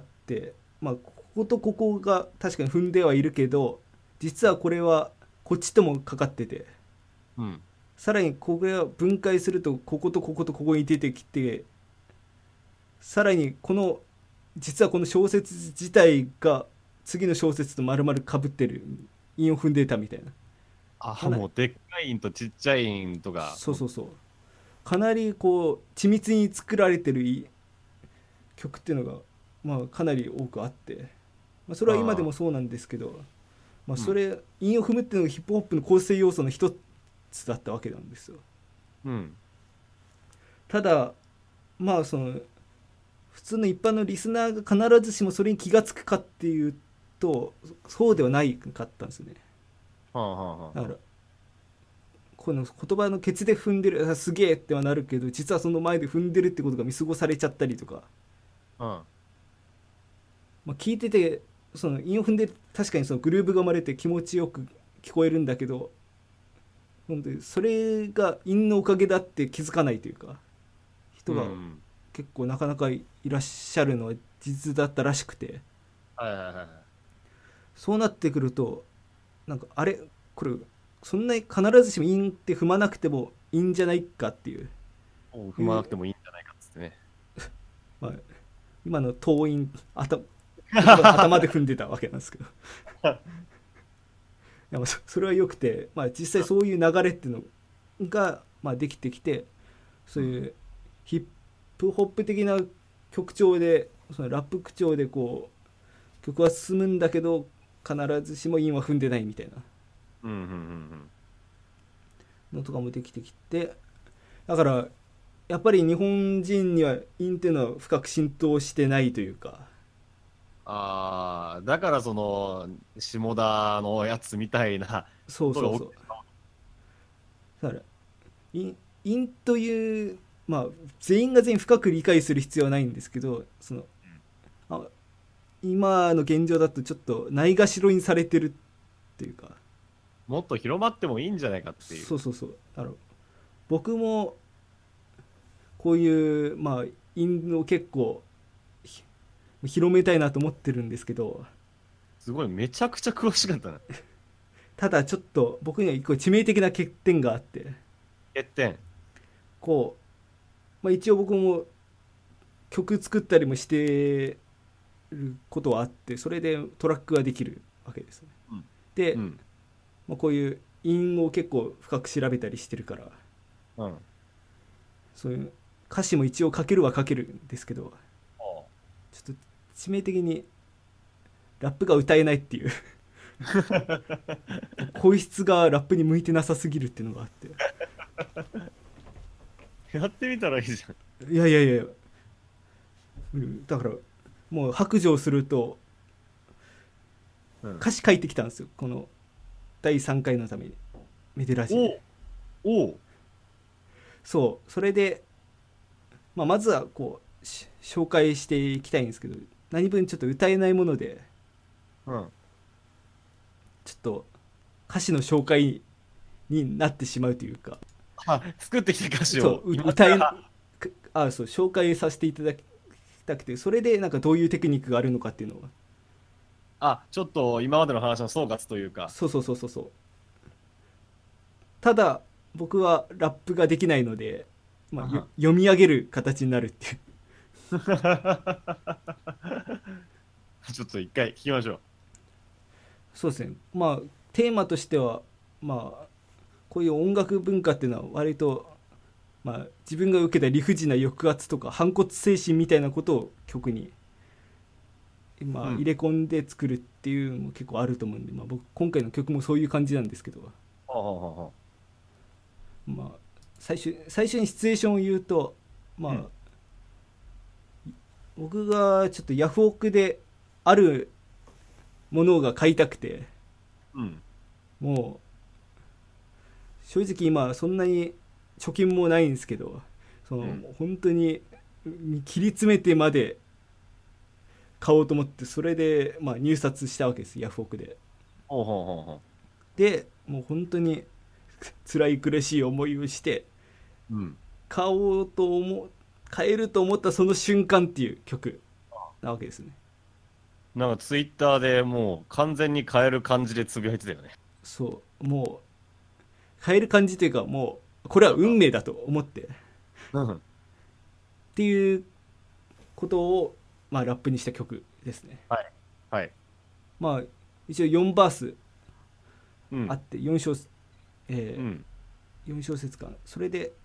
Speaker 2: こことここが確かに踏んではいるけど実はこれはこっちともかかってて、
Speaker 1: うん。
Speaker 2: さらにここが分解するとこことこことここに出てきて、さらに実はこの小説自体が次の小説と丸々かぶってる韻を踏んでたみたいな。かな
Speaker 1: もうでっかいンとちっちゃいンとか、もう、
Speaker 2: そうそうそう、かなりこう緻密に作られてる曲っていうのが、かなり多くあって、それは今で
Speaker 1: あ
Speaker 2: もそうなんですけど、
Speaker 1: うん。
Speaker 2: 韻を踏むっていうのがヒップホップの構成要素の一つだったわけなんですよ。
Speaker 1: うん。
Speaker 2: ただ普通の一般のリスナーが必ずしもそれに気が付くかっていうとそうではないかったんですよね。
Speaker 1: はあはあは
Speaker 2: だからこの言葉のケツで踏んでるすげえってはなるけど実はその前で踏んでるってことが見過ごされちゃったりとか、
Speaker 1: あ。
Speaker 2: 聞いてて韻を踏んで確かにグルーヴが生まれて気持ちよく聞こえるんだけど本当にそれが韻のおかげだって気づかないというか人
Speaker 1: うん。う
Speaker 2: が
Speaker 1: ん。
Speaker 2: 結構なかなかいらっしゃるのは事実だったらしくて、
Speaker 1: はいはいはいはい。
Speaker 2: そうなってくるとなんかあれこれそんなに必ずしも韻って踏まなくてもいいんじゃないかっていう、
Speaker 1: 踏まなくてもいいんじゃないかっつってね。
Speaker 2: まあ、今の党員言葉の頭で踏んでたわけなんですけどいやそれはよくて、実際そういう流れっていうのが、できてきてそう
Speaker 1: うん。
Speaker 2: いうヒップホップ的な曲調でラップ口調でこう曲は進むんだけど必ずしも韻は踏んでないみたいな
Speaker 1: うん。うん。うん。
Speaker 2: のとかもできてきて、だからやっぱり日本人には韻っていうのは深く浸透してないというか、
Speaker 1: だからその、下田のやつみたいなことが
Speaker 2: そうそうそう、
Speaker 1: 起きてた。
Speaker 2: だから韻という全員が全員深く理解する必要はないんですけどあ今の現状だとちょっとないがしろにされてるっていうか、
Speaker 1: もっと広まってもいいんじゃないかっていう。
Speaker 2: そうそうそう、僕もこういう韻を結構広めたいなと思ってるんですけど、
Speaker 1: すごい、めちゃくちゃ詳しかったな。
Speaker 2: ただちょっと僕には一個致命的な欠点があって、
Speaker 1: 欠点。
Speaker 2: こ一応僕も曲作ったりもしてることはあってそれでトラックができるわけですね。
Speaker 1: うん。う
Speaker 2: で、
Speaker 1: ん。
Speaker 2: こういう韻を結構深く調べたりしてるから
Speaker 1: うん。
Speaker 2: そういう歌詞も一応書けるは書けるんですけど
Speaker 1: あ
Speaker 2: ちょっと致命的にラップが歌えないっていう声質がラップに向いてなさすぎるっていうのがあって、
Speaker 1: やってみたらいいじゃん。
Speaker 2: いやいやいや、だからもう白状すると
Speaker 1: うん
Speaker 2: 歌詞書いてきたんですよ、この第3回のために、メデラジで。
Speaker 1: おお
Speaker 2: それで、まずはこう紹介していきたいんですけど、何分ちょっと歌えないもので、
Speaker 1: うん。
Speaker 2: ちょっと歌詞の紹介になってしまうというか、
Speaker 1: あ、作ってきた歌詞
Speaker 2: そ
Speaker 1: を今
Speaker 2: う歌え
Speaker 1: から
Speaker 2: そう紹介させていただきたくて、それでなんかどういうテクニックがあるのかっていうのを、
Speaker 1: ちょっと今までの話の総括というか。
Speaker 2: そう。ただ僕はラップができないので、読み上げる形になるっていう。
Speaker 1: ちょっと一回聞きましょう。
Speaker 2: そうですね。テーマとしては、こういう音楽文化っていうのは割と、自分が受けた理不尽な抑圧とか反骨精神みたいなことを曲に、
Speaker 1: うん
Speaker 2: 入れ込んで作るっていうのも結構あると思うんで、僕今回の曲もそういう感じなんですけど、
Speaker 1: ほうほうほうほ
Speaker 2: 最初にシチュエーションを言うと、
Speaker 1: うん
Speaker 2: 僕がちょっとヤフオクであるものが買いたくて、
Speaker 1: う。うん。
Speaker 2: もう正直今そんなに貯金もないんですけど、本当に切り詰めてまで買おうと思って、それで入札したわけです、ヤフオクで。
Speaker 1: ほうほうほうほ
Speaker 2: でもう本当に辛い苦しい思いをして
Speaker 1: う。うん。
Speaker 2: 買えると思ったその瞬間っていう曲なわけですね。
Speaker 1: なんかツイッターでもう完全に変える感じでつぶやいてたよね。
Speaker 2: もう買える感じというか、もうこれは運命だと思ってっ
Speaker 1: うん。
Speaker 2: ていうことを、ラップにした曲ですね。
Speaker 1: はい。はい。
Speaker 2: 一応4バース
Speaker 1: うん。
Speaker 2: あって4小、
Speaker 1: うん。
Speaker 2: 4小節間、それで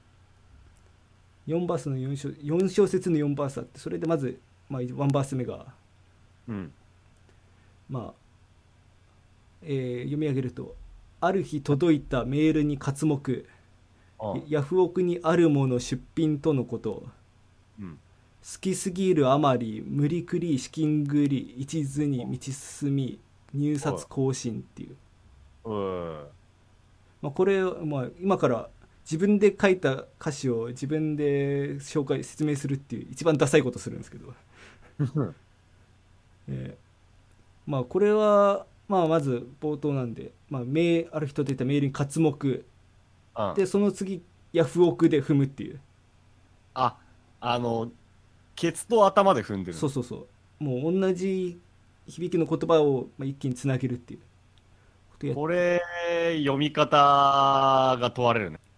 Speaker 2: 4バースの4小節の4バースあって、それでまず、1バース目が、
Speaker 1: うん。
Speaker 2: まあ読み上げると、ある日届いたメールに刮目、
Speaker 1: あ
Speaker 2: ヤフオクにあるもの出品とのこと、
Speaker 1: うん。
Speaker 2: 好きすぎるあまり無理くり資金繰り一途に道進み入札更新っていう、
Speaker 1: おい。
Speaker 2: これ、今から自分で書いた歌詞を自分で説明するっていう一番ダサいことするんですけど、これは、まず冒頭なんで、ある人といったメールに刮目
Speaker 1: あ
Speaker 2: で、その次ヤフオクで踏むっていう。
Speaker 1: あ、あの、ケツと頭で踏んでる。
Speaker 2: そうもう同じ響きの言葉を、一気につなげるっていうことや。
Speaker 1: これ、読み方が問われるね。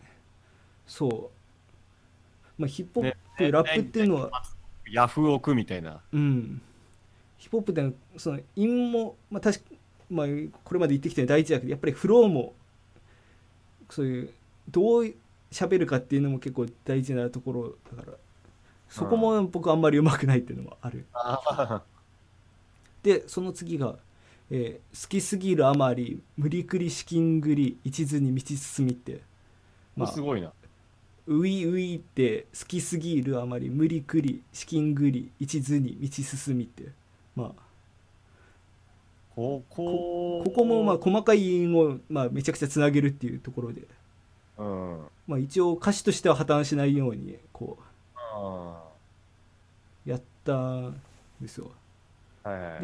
Speaker 2: ヒップホッ
Speaker 1: ね、
Speaker 2: プ、ラップっていうのは、
Speaker 1: ヤフオクみたいな。
Speaker 2: ヒップホップでのその韻も、確か、これまで言ってきたように大事だけど、やっぱりフローもそういうどう喋るかっていうのも結構大事なところだから、そこも僕あんまりうまくないっていうのもある。
Speaker 1: あ
Speaker 2: でその次が、好きすぎるあまり無理くり資金繰り一途に道進みって、
Speaker 1: あ、すごいな。
Speaker 2: ういういって好きすぎるあまり無理くり資金繰り一途に道進みって、まあ
Speaker 1: こ
Speaker 2: こ
Speaker 1: こ、
Speaker 2: ここも細かい韻をめちゃくちゃつなげるっていうところで、
Speaker 1: うん。
Speaker 2: 一応歌詞としては破綻しないようにこ
Speaker 1: あ
Speaker 2: うやったんですよ。
Speaker 1: はいはい。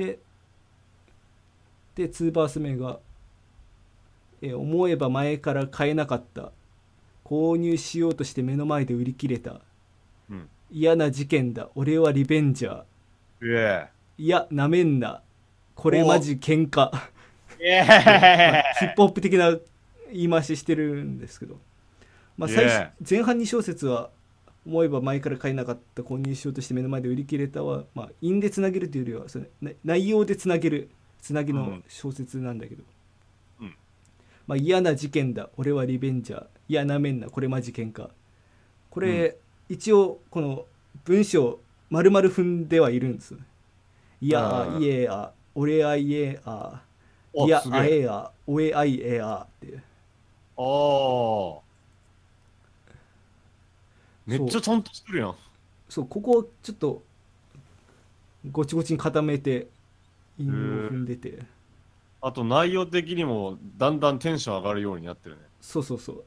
Speaker 2: で2バース目が、思えば前から買えなかった購入しようとして目の前で売り切れた
Speaker 1: うん。
Speaker 2: 嫌な事件だ俺はリベンジャー、
Speaker 1: え
Speaker 2: いやなめんなこれマジ喧嘩。
Speaker 1: え。
Speaker 2: ヒップホップ的な言い回ししてるんですけど、前半2小節は思えば前から買えなかった購入しようとして目の前で売り切れたは、韻でつなげるというよりはそれ内容でつなげるつなぎの小説なんだけど、嫌な事件だ俺はリベンジャーいやなめんなこれマジ喧嘩、これ、一応この文章丸々踏んではいるんですよ。いやいえあ俺あいえあいやあえあおえあいえあっていう。
Speaker 1: ああ。めっちゃちゃんとしてるやん。
Speaker 2: ここをちょっとごちごちに固めて韻を踏んでて、
Speaker 1: あと内容的にもだんだんテンション上がるようになってるね。
Speaker 2: そうそうそう。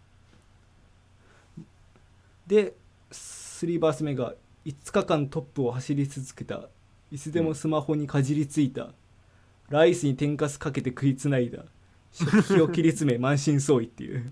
Speaker 2: で3バース目が5日間トップを走り続けた、いつでもスマホにかじりついた、ライスに天かすかけて食いつないだ、食費を切り詰め満身創痍っていう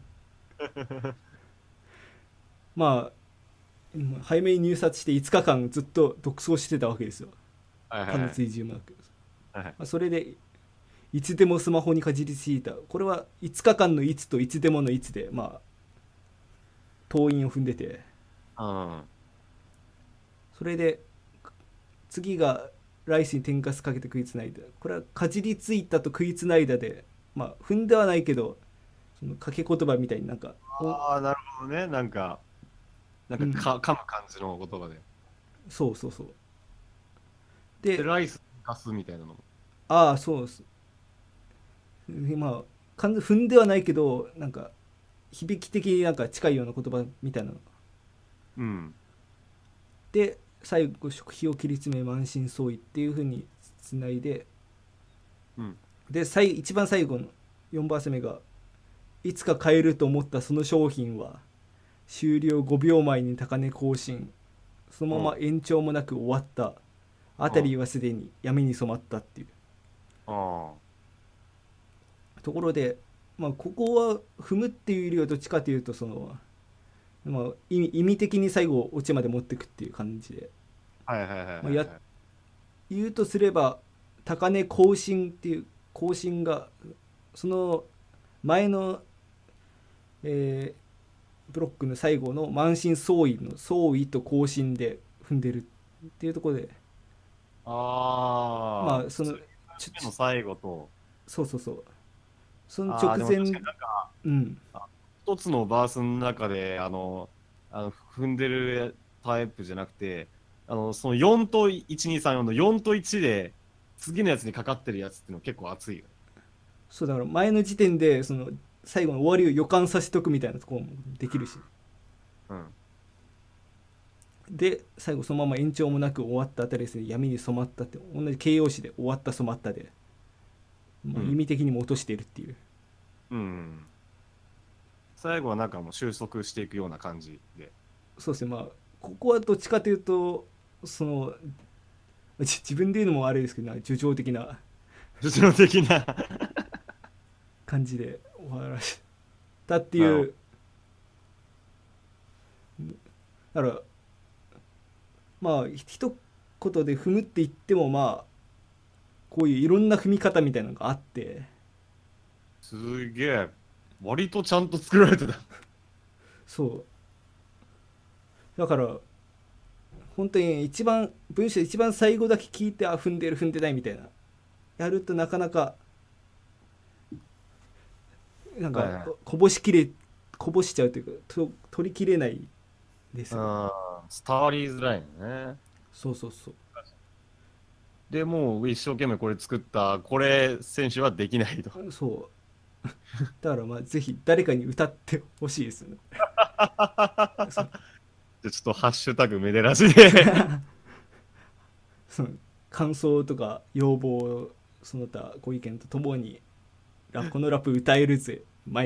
Speaker 2: まあ早めに入札して5日間ずっと独走してたわけですよ。
Speaker 1: はいはい
Speaker 2: 金追従マーク、
Speaker 1: はい。
Speaker 2: それでいつでもスマホにかじりついた、これは5日間のいつといつでものいつで党員を踏んでて、
Speaker 1: うん。
Speaker 2: それで次がライスに天かすかけて食いつないだ、これはかじりついたと食いつないだで、踏んではないけどその掛け言葉みたいになんか
Speaker 1: ああ、なるほどね。なんか
Speaker 2: うん、
Speaker 1: 噛む感じの言葉で。
Speaker 2: そうそうそう。
Speaker 1: で、
Speaker 2: で、
Speaker 1: ライスガスみたいなのも。
Speaker 2: ああそうです。で完全踏んではないけどなんか響き的になんか近いような言葉みたいなの
Speaker 1: うん。
Speaker 2: で、最後食費を切り詰め満身創痍っていう風につないで、
Speaker 1: うん。
Speaker 2: で一番最後の4バース目が、いつか買えると思ったその商品は終了5秒前に高値更新、そのまま延長もなく終わった、あたりはすでに闇に染まったっていう
Speaker 1: あ
Speaker 2: ところで、ここは踏むっていうよりはどっちかというと意味的に最後オチまで持ってくっていう感じで、
Speaker 1: あ。はいはいはいはいはい。
Speaker 2: 言うとすれば高値更新っていう更新がその前の、ブロックの最後の満身創痍の創痍と更新で踏んでるっていうところで、
Speaker 1: ああ、
Speaker 2: その
Speaker 1: の最後と、
Speaker 2: そうそうそう、その
Speaker 1: ああ、でも
Speaker 2: 直前、
Speaker 1: 確かになんか、
Speaker 2: うん、
Speaker 1: 一つのバースの中で、踏んでるタイプじゃなくて、その4と1234の4と1で、次のやつにかかってるやつっていうの結構熱いよね。
Speaker 2: そうだから前の時点でその最後の終わりを予感させとくみたいなところもできるし、
Speaker 1: うん。
Speaker 2: で最後そのまま延長もなく終わったあたりですね、闇に染まったって同じ形容詞で終わった染まったで、意味的にも落としているっていう、
Speaker 1: うん。最後はなんかもう収束していくような感じで。
Speaker 2: そうですね。ここはどっちかというとその自分で言うのもあれですけど叙情的な
Speaker 1: 実用的な。
Speaker 2: 感じで終わらせたって
Speaker 1: なるほ
Speaker 2: いう。だから一言で踏むって言ってもこういういろんな踏み方みたいなのがあって、
Speaker 1: ど。すげえ。割とちゃんと作られてた。
Speaker 2: そうだから本当に文章一番最後だけ聞いて、踏んでる踏んでないみたいなやるとなかなかなんか
Speaker 1: はいはい。
Speaker 2: こぼしちゃうというか取りきれないですよね。
Speaker 1: うん。伝わりづらいよね。
Speaker 2: そうそうそう。
Speaker 1: で、もう一生懸命これ作った、これ選手はできないと。
Speaker 2: そうだからぜひ誰かに歌ってほしいですよね。その
Speaker 1: で、ちょっとハッシュタグメデラジで。
Speaker 2: その感想とか要望、その他ご意見とともに、このラップ歌えるぜ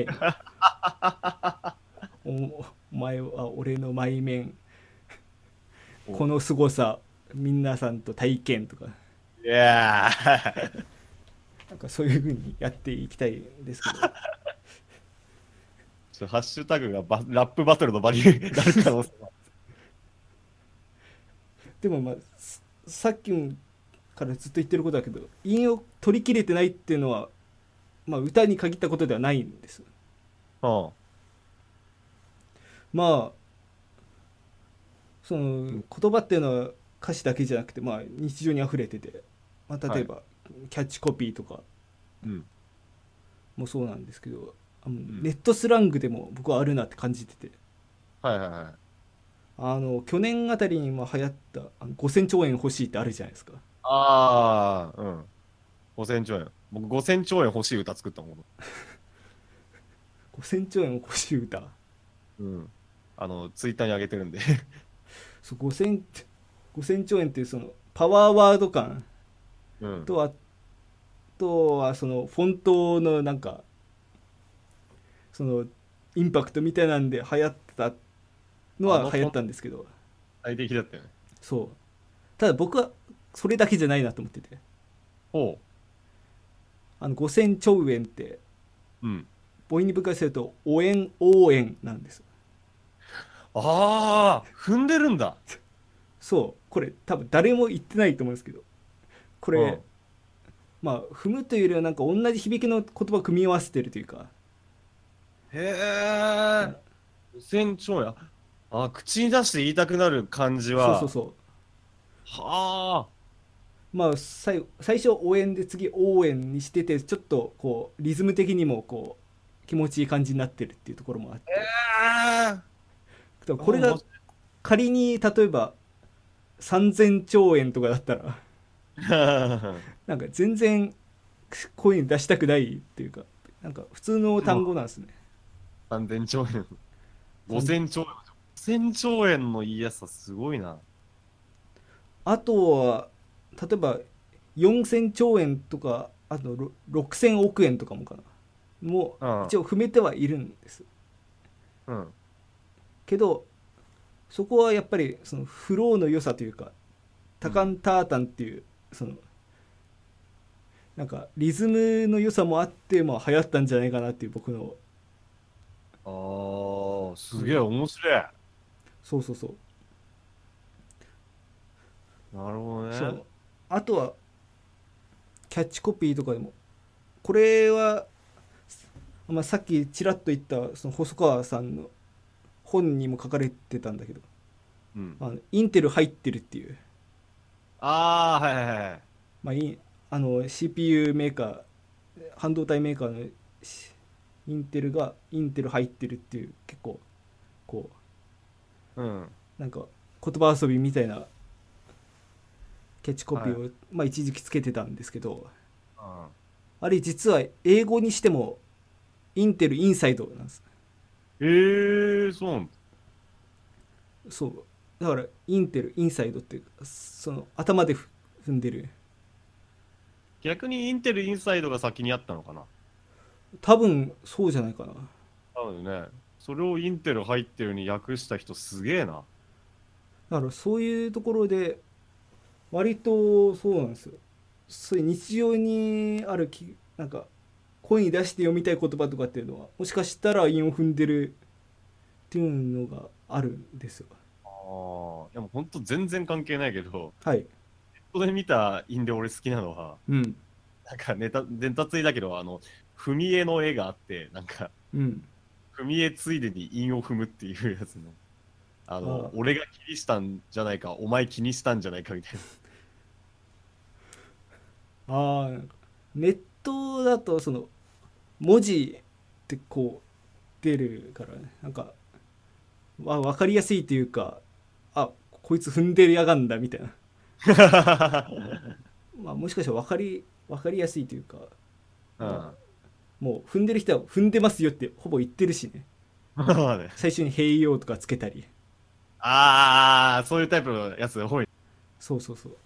Speaker 2: お前は俺の前面、この凄さ皆さんと体験とか、
Speaker 1: いやー。
Speaker 2: なんかそういう風にやっていきたいんですけど、
Speaker 1: ハッシュタグがラップバトルの場になる可能性が。
Speaker 2: でもさっきからずっと言ってることだけど、韻を取り切れてないっていうのは、歌に限ったことではないんです。
Speaker 1: うん
Speaker 2: まあその言葉っていうのは歌詞だけじゃなくて、日常に溢れてて、例えば、キャッチコピーとか
Speaker 1: うん。
Speaker 2: もそうなんですけど、
Speaker 1: うん
Speaker 2: ネットスラングでも僕はあるなって感じてて、
Speaker 1: はいはいはい。
Speaker 2: 去年あたりにも流行った5000兆円欲しいってあるじゃないですか。
Speaker 1: ああ、うん。5000兆円。僕5000兆円欲しい歌作ったもん。
Speaker 2: 5000兆円欲しい歌。
Speaker 1: うん。ツイッターに上げてるんで。
Speaker 2: そう、5000兆円っていうそのパワーワード感
Speaker 1: うん。
Speaker 2: と、あとまあそのフォントのなんかそのインパクトみたいなんで流行ったのは流行っ
Speaker 1: あのフォント
Speaker 2: たんですけど、
Speaker 1: 最適だったよね。
Speaker 2: そうただ僕はそれだけじゃないなと思ってて、
Speaker 1: ほ
Speaker 2: 5000兆円って
Speaker 1: う。うん。
Speaker 2: 母音に分解するとお円応援なんです。
Speaker 1: ああ、踏んでるんだ。
Speaker 2: そうこれ多分誰も言ってないと思うんですけど、こ
Speaker 1: うん。
Speaker 2: れまあ踏むというよりはなんか同じ響きの言葉を組み合わせてるというか、
Speaker 1: へえ。5000兆円。口に出して言いたくなる感じは、
Speaker 2: そうそうそ
Speaker 1: は
Speaker 2: う、まあ最初応援で次応援にしててちょっとこうリズム的にもこう気持ちいい感じになってるっていうところもあって、
Speaker 1: あ。
Speaker 2: だからこれが
Speaker 1: 面白
Speaker 2: 仮に例えば3000兆円とかだったら
Speaker 1: い。
Speaker 2: なんか全然声に出したくないっていうか、なんか普通の単語なんですね。
Speaker 1: 3000兆円。
Speaker 2: 3000
Speaker 1: 5000兆円。5000兆円の言いやすさすごいな。
Speaker 2: あとは例えば4000兆円とかあと6000億円とかもかな、もう
Speaker 1: うん。
Speaker 2: 一応踏めてはいるんです
Speaker 1: うん。
Speaker 2: けど、そこはやっぱりそのフローの良さというかタカ
Speaker 1: うん。
Speaker 2: ンタータンっていうそのなんかリズムの良さもあって、まあ、流行ったんじゃないかなっていう僕の、
Speaker 1: ああ、
Speaker 2: うん、
Speaker 1: すげえ面白い。
Speaker 2: そうそうそう
Speaker 1: なるほどね。
Speaker 2: そう。あとはキャッチコピーとかでもこれは、まあ、さっきちらっと言ったその細川さんの本にも書かれてたんだけど、
Speaker 1: うん。
Speaker 2: インテル入ってるっていう、
Speaker 1: ああ、はいはいはい。
Speaker 2: まあ、CPU メーカー半導体メーカーのインテルがインテル入ってるっていう結構こ
Speaker 1: うん。
Speaker 2: うなんか言葉遊びみたいなキャッチコピ
Speaker 1: はい。
Speaker 2: ーを、まあ、一時期つけてたんですけど、
Speaker 1: うん。
Speaker 2: あれ実は英語にしてもインテルインサイドなんです。
Speaker 1: そうなんだ。
Speaker 2: そうだからインテルインサイドってその頭で踏んでる、
Speaker 1: 逆にインテルインサイドが先にあったのかな。
Speaker 2: 多分そうじゃないかな。
Speaker 1: 多分ね。それをインテル入ってるに訳した人すげえな。
Speaker 2: だからそういうところで割とそうなんですよ。そういう日常にあるなんか声に出して読みたい言葉とかっていうのはもしかしたら韻を踏んでるっていうのがあるんですよ。
Speaker 1: ああ、でも本当全然関係ないけど、
Speaker 2: はい。
Speaker 1: ここで見たインで俺好きなのは、
Speaker 2: うん。
Speaker 1: ネタついだけど、踏み絵の絵があって、
Speaker 2: うん。
Speaker 1: 踏み絵ついでに韻を踏むっていうやつの、
Speaker 2: あ
Speaker 1: 俺が気にしたんじゃないか、お前気にしたんじゃないかみたいな。
Speaker 2: なんかネットだとその文字ってこう出るからね、なんか分かりやすいというか、あこいつ踏んでるやがんだみたいな、まあ、もしかしたら分かりやすいというか、まあ、
Speaker 1: うん。
Speaker 2: もう踏んでる人は踏んでますよってほぼ言ってるしね、
Speaker 1: まあね。
Speaker 2: 最初に「併用」とかつけたり、
Speaker 1: ああ、そういうタイプのやつ多い。
Speaker 2: そうそうそう。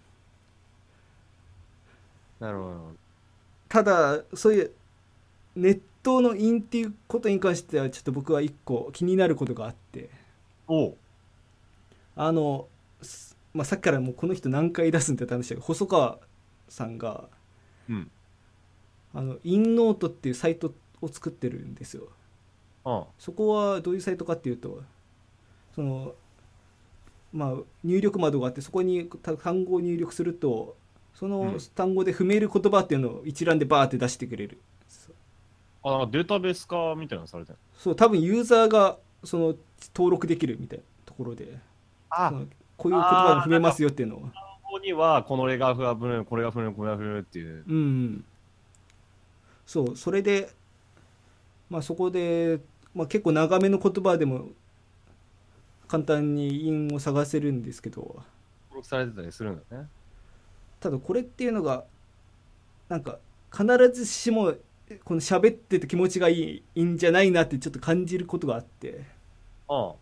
Speaker 1: なるほど。
Speaker 2: ただそういうネットのインっていうことに関してはちょっと僕は一個気になることがあって、
Speaker 1: おう。
Speaker 2: あの、まあ、さっきからもうこの人何回出すんって話だけど、細川さんが
Speaker 1: うん。
Speaker 2: インノートっていうサイトを作ってるんですよ。
Speaker 1: あ
Speaker 2: そこはどういうサイトかっていうと、そのまあ入力窓があって、そこに単語を入力するとその
Speaker 1: うん。
Speaker 2: 単語で踏める言葉っていうのを一覧でバーって出してくれる。
Speaker 1: データベース化みたいなのされてる。
Speaker 2: そう多分ユーザーがその登録できるみたいなところで、そ
Speaker 1: あ、
Speaker 2: のこういう言葉も踏めますよっていうのを、
Speaker 1: ここには、このレが踏む、これが踏む、これが踏むっていう。
Speaker 2: うん、うん、そうそれで、まあ、そこで、まあ、結構長めの言葉でも簡単に韻を探せるんですけど、
Speaker 1: 登録されてたりするんだね。
Speaker 2: ただこれっていうのがなんか必ずしもこの喋ってて気持ちがいいんじゃないなってちょっと感じることがあって、
Speaker 1: あ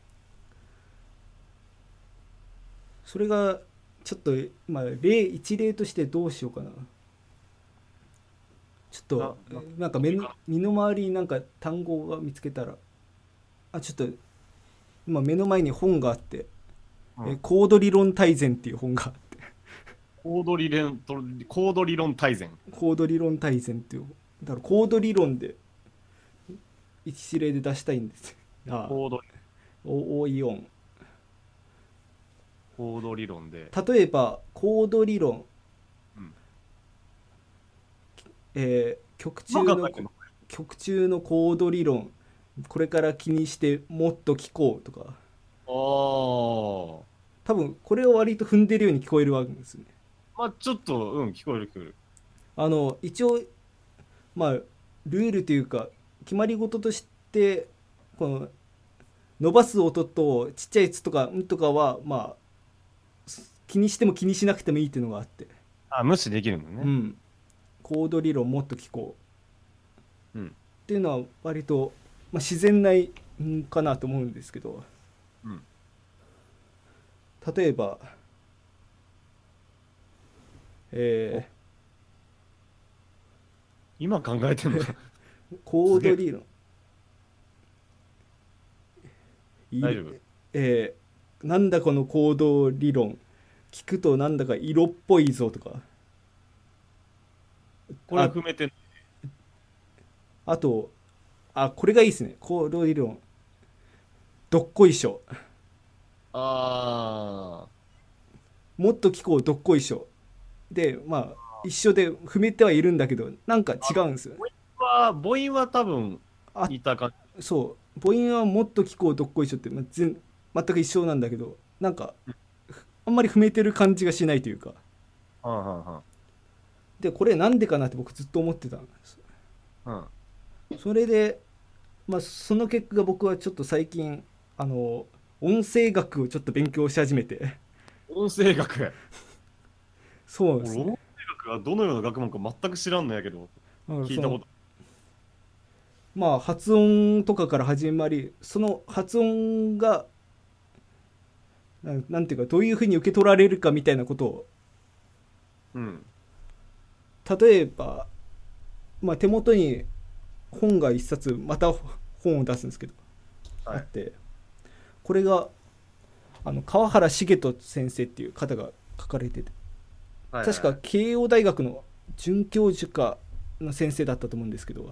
Speaker 2: それがちょっと、まあ、一例としてどうしようかな。 ちょっとなんか身の回りになんか単語が見つけたら、ちょっと今目の前に本があって、
Speaker 1: うん、
Speaker 2: コード理論大全っていう本があって、
Speaker 1: コード理論大全。
Speaker 2: コード理論大全っていう、だからコード理論で一例で出したいんですよ。あ
Speaker 1: コード、
Speaker 2: おイオン。
Speaker 1: コード理論で。
Speaker 2: 例えばコード理論、
Speaker 1: うん。
Speaker 2: 曲
Speaker 1: 今
Speaker 2: 中の
Speaker 1: 考えてんの？
Speaker 2: 曲中のコード理論、これから気にしてもっと聞こうとか、
Speaker 1: ああ。
Speaker 2: 多分これを割と踏んでるように聞こえるわけですね。
Speaker 1: まあちょっと、うん、聞こえる聞こえる。
Speaker 2: 一応まあルールというか決まり事として、この伸ばす音とちっちゃい「つ」とか「ん」とかはまあ気にしても気にしなくてもいいっていうのがあって、
Speaker 1: あ、無視できるのね。
Speaker 2: うん、コード理論もっと聞こ
Speaker 1: うん。
Speaker 2: うっていうのは割と、自然ないかなと思うんですけど、
Speaker 1: うん。
Speaker 2: 例えば、
Speaker 1: お、
Speaker 2: え
Speaker 1: 今考えてんのか。
Speaker 2: コ
Speaker 1: すげえ。
Speaker 2: ード理論
Speaker 1: 大丈夫。
Speaker 2: えなんだこのコード理論、聞くとなんだか色っぽいぞとか、
Speaker 1: これ
Speaker 2: あ
Speaker 1: 踏めてん。
Speaker 2: あと、これがいいですね、コード理論、どっこいしょ、
Speaker 1: あ
Speaker 2: もっと聞こうどっこいしょで、一緒で踏めてはいるんだけどなんか違うんですよね。
Speaker 1: 母音は多分、
Speaker 2: あ
Speaker 1: 似た感じ。
Speaker 2: そう母音はもっと聞こうどっこいしょって、全く一緒なんだけど、なんかあんまり踏めてる感じがしないというか、
Speaker 1: はんはんはん。
Speaker 2: でこれなんでかなって僕ずっと思ってたんです。
Speaker 1: うん。
Speaker 2: それで、その結果僕はちょっと最近音声学をちょっと勉強し始めて。
Speaker 1: 音声学。
Speaker 2: そうですね。
Speaker 1: 俺、音声学がどのような学問か全く知らんのやけど、
Speaker 2: その
Speaker 1: 聞いたこと。
Speaker 2: 発音とかから始まり、その発音がなんていうかどういうふうに受け取られるかみたいなことを、
Speaker 1: うん。
Speaker 2: 例えば、手元に本が一冊また本を出すんですけどあ
Speaker 1: はい。
Speaker 2: って、これが川原茂人先生っていう方が書かれてて、確か
Speaker 1: はいはいはい。
Speaker 2: 慶応大学の准教授かの先生だったと思うんですけど、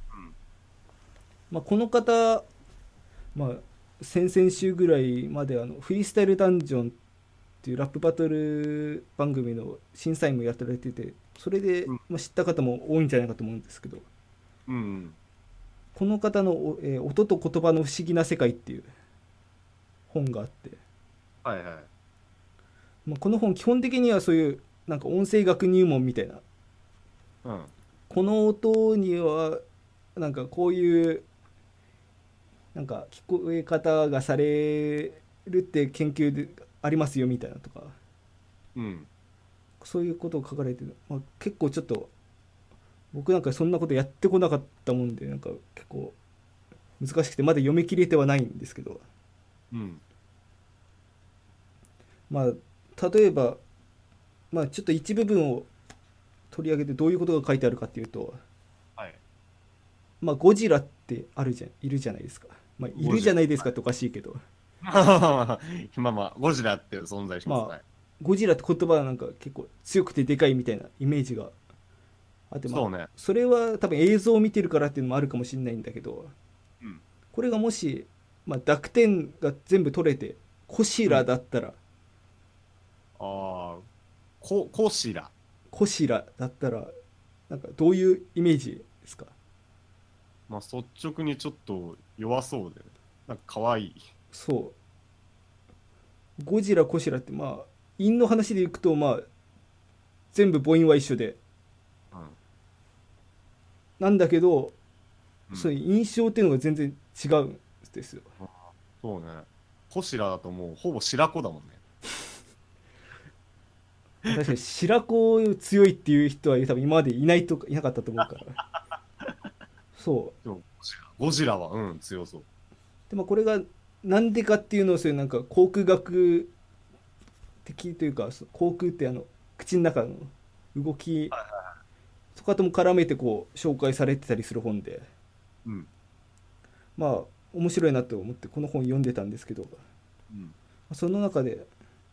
Speaker 2: この方、先々週ぐらいまでフリースタイルダンジョンっていうラップバトル番組の審査員もやってられてて、それで、
Speaker 1: うん。
Speaker 2: 知った方も多いんじゃないかと思うんですけど、
Speaker 1: うん。
Speaker 2: この方の、音と言葉の不思議な世界っていう本があって、
Speaker 1: はいはい。
Speaker 2: この本基本的にはそういうなんか音声学入門みたいな、
Speaker 1: うん。
Speaker 2: この音にはなんかこういうなんか聞こえ方がされるって研究でありますよみたいなとか、
Speaker 1: うん。
Speaker 2: そういうことを書かれてる、結構ちょっと僕なんかそんなことやってこなかったもんで、なんか結構難しくてまだ読み切れてはないんですけど、
Speaker 1: うん。
Speaker 2: 例えば、ちょっと一部分を取り上げてどういうことが書いてあるかっていうと、
Speaker 1: はい。
Speaker 2: ゴジラっているじゃないですか。いる
Speaker 1: ゴジラ。
Speaker 2: じゃないですかっておかしいけど、
Speaker 1: ゴジラって存在します。
Speaker 2: まあ
Speaker 1: はい。
Speaker 2: ゴジラって言葉はなんか結構強くてでかいみたいなイメージがあって、
Speaker 1: そうね。
Speaker 2: それは多分映像を見てるからっていうのもあるかもしれないんだけど、
Speaker 1: うん。
Speaker 2: これがもし、濁点が全部取れてコシ
Speaker 1: うん。
Speaker 2: ラだったら、
Speaker 1: ああ、コシラ。
Speaker 2: コシラだったらなんかどういうイメージですか？
Speaker 1: まあ、率直にちょっと弱そうで、なんか可愛い。
Speaker 2: そう、ゴジラコシラって韻の話でいくと全部母音は一緒で
Speaker 1: うん。
Speaker 2: なんだけど、
Speaker 1: うん。
Speaker 2: そういう印象っていうのが全然違うんですよ。
Speaker 1: あ、そうね。コシラだともうほぼ白子だもんね。
Speaker 2: 確かに白子強いっていう人は多分今までいなかったと思うから。そ
Speaker 1: でもゴジラは、うん、強そう。
Speaker 2: うで、これがなんでかっていうのを、そういうなんか航空学的というか、航空って口の中の動きそことも絡めてこう紹介されてたりする本で、
Speaker 1: うん。
Speaker 2: まあ面白いなと思ってこの本読んでたんですけど、
Speaker 1: うん。
Speaker 2: その中で、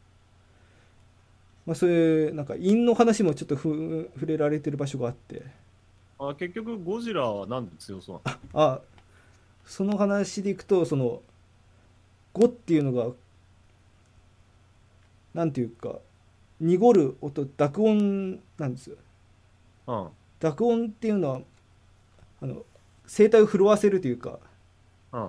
Speaker 2: そういうなんか陰の話もちょっと触れられてる場所があって、
Speaker 1: あ、結局、ゴジラはなんで強そうな
Speaker 2: あ、その話でいくと、その語っていうのがなんていうか濁る音、濁音なんですよ。
Speaker 1: の？
Speaker 2: 濁音っていうのはあの声帯を震わせるというか、
Speaker 1: うん。うん。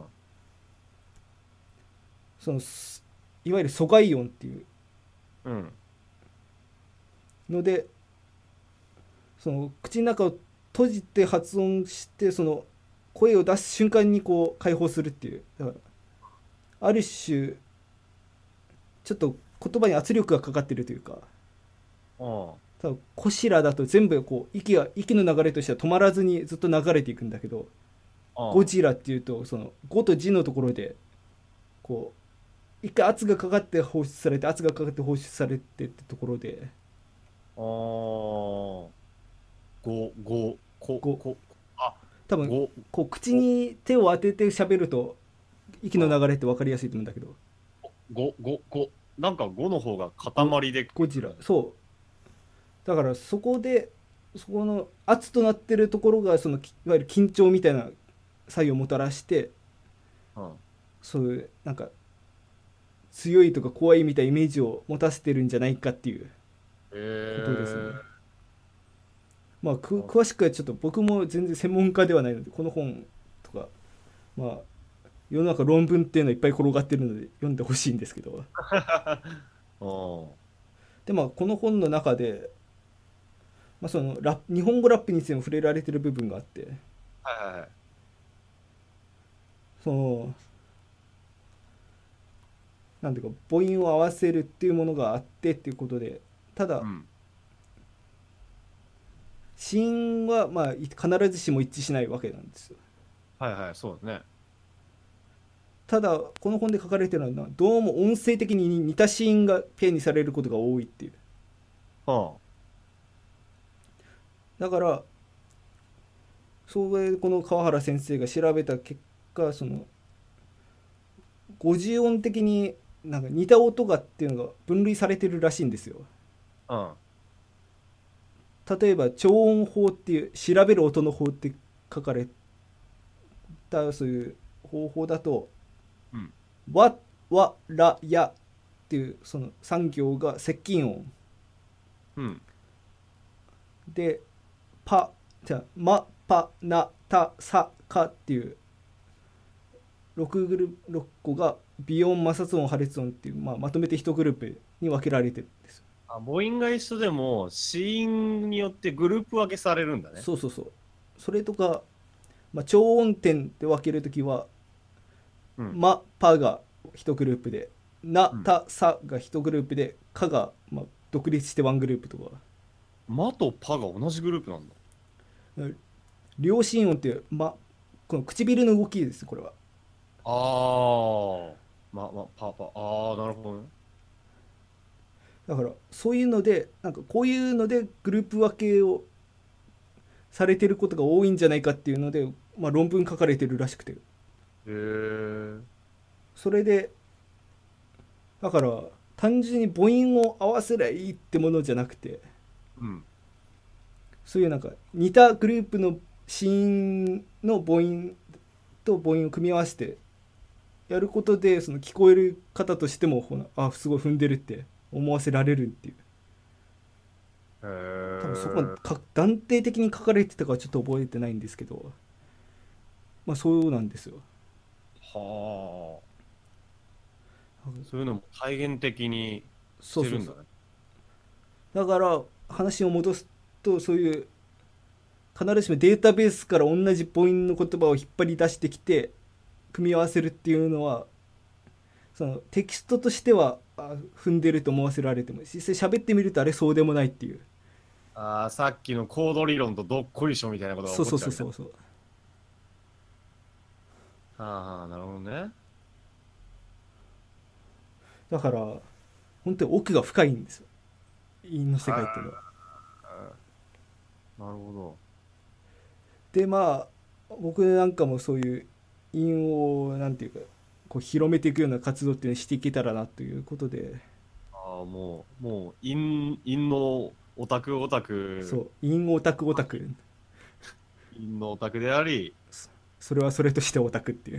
Speaker 2: そのいわゆる阻害音っていう
Speaker 1: うん。
Speaker 2: ので、その口の中を閉じて発音して、その声を出す瞬間にこう解放するっていう、だからある種ちょっと言葉に圧力がかかってるというか、
Speaker 1: あ
Speaker 2: 多分コシラだと全部こう息の流れとしては止まらずにずっと流れていくんだけど、ゴ
Speaker 1: あ。
Speaker 2: ジラっていうとそのゴとジのところでこう一回圧がかかって放出されて、圧がかかって放出されてってところで、
Speaker 1: ああ。
Speaker 2: こ
Speaker 1: こ、あ、
Speaker 2: 多分
Speaker 1: ご、
Speaker 2: こう口
Speaker 1: ご、
Speaker 2: に手を当てて喋ると息の
Speaker 1: あ、
Speaker 2: 流れって分かりやすいと思うんだけど、
Speaker 1: なんか5の方が塊で
Speaker 2: ゴジラ、そうだからそこで、そこの圧となってるところがそのいわゆる緊張みたいな作用をもたらして、
Speaker 1: うん。
Speaker 2: そういうなんか強いとか怖いみたいなイメージを持たせてるんじゃないかっていうことですね。
Speaker 1: え
Speaker 2: 詳しくはちょっと僕も全然専門家ではないので、この本とか、まあ世の中論文っていうのはいっぱい転がってるので読んでほしいんですけど、
Speaker 1: ー、は
Speaker 2: でこの本の中で、その日本語ラップについても触れられてる部分があって、
Speaker 1: いはいはい。
Speaker 2: そのなんていうか母音を合わせるっていうものがあってっていうことで、ただ
Speaker 1: うん。
Speaker 2: 子音は必ずしも一致しないわけなんですよ。
Speaker 1: はいはい、そうだね。
Speaker 2: ただこの本で書かれてるのはどうも音声的に似た子音がペンにされることが多いっていう。
Speaker 1: は
Speaker 2: だからこの川原先生が調べた結果、その50音的になんか似た音がっていうのが分類されてるらしいんですよ。
Speaker 1: あ。
Speaker 2: 例えば超音法っていう調べる音の法って書かれたそういう方法だと、
Speaker 1: うん。
Speaker 2: わ、わ、ら、やっていうその3行が接近音
Speaker 1: うん。
Speaker 2: で、ま、ぱ、な、た、さ、かっていう6個が微音、摩擦音、破裂音っていう、まとめて1グループに分けられてるんですよ。
Speaker 1: あ、母音が一緒でも、子音によってグループ分けされるんだね。
Speaker 2: そうそうそう。それとか、超音点で分けるときは、
Speaker 1: うん。
Speaker 2: ま、ぱが1グループで、な、
Speaker 1: うん。
Speaker 2: た、さが1グループで、かが、独立してワングループとか。
Speaker 1: マとパが同じグループなんだ。
Speaker 2: 両心音っていう、この唇の動きです、これは。
Speaker 1: ああ。ああ、なるほどね。
Speaker 2: だからそういうので、なんかこういうのでグループ分けをされてることが多いんじゃないかっていうので、論文書かれてるらしくて、
Speaker 1: へえ。
Speaker 2: それでだから単純に母音を合わせりゃいいってものじゃなくて、
Speaker 1: うん。
Speaker 2: そういうなんか似たグループの子音の母音と母音を組み合わせてやることで、その聞こえる方としてもすごい踏んでるって思わせられるっていう。
Speaker 1: へ
Speaker 2: 多分そこ
Speaker 1: え。
Speaker 2: 断定的に書かれてたかはちょっと覚えてないんですけど、そうなんですよ。
Speaker 1: はあ。そういうのも体現的にし
Speaker 2: そうそうそう。
Speaker 1: てるんだね。
Speaker 2: だから話を戻すと、そういう必ずしもデータベースから同じ母音の言葉を引っ張り出してきて組み合わせるっていうのは、そのテキストとしては踏んでると思わせられても、実際喋ってみるとあれそうでもないっていう。
Speaker 1: ああ、さっきのコード理論とどっこいしょみたいなことが起
Speaker 2: そうそう
Speaker 1: こっちゃうわけね。
Speaker 2: そうそうそう。
Speaker 1: ああ、なるほどね。
Speaker 2: だから本当に奥が深いんですよ、韻の世界っていうのは。
Speaker 1: はい。 なるほ
Speaker 2: でまあ僕なんかもそういう韻をなんていうかこう広めていくような活動っていうのをしていけたらなということで、
Speaker 1: ど。ああ、もう、陰のオタクオタク、
Speaker 2: そう韻オタクオタク、
Speaker 1: 陰のオタクであり、
Speaker 2: それはそれとしてオタクっていう、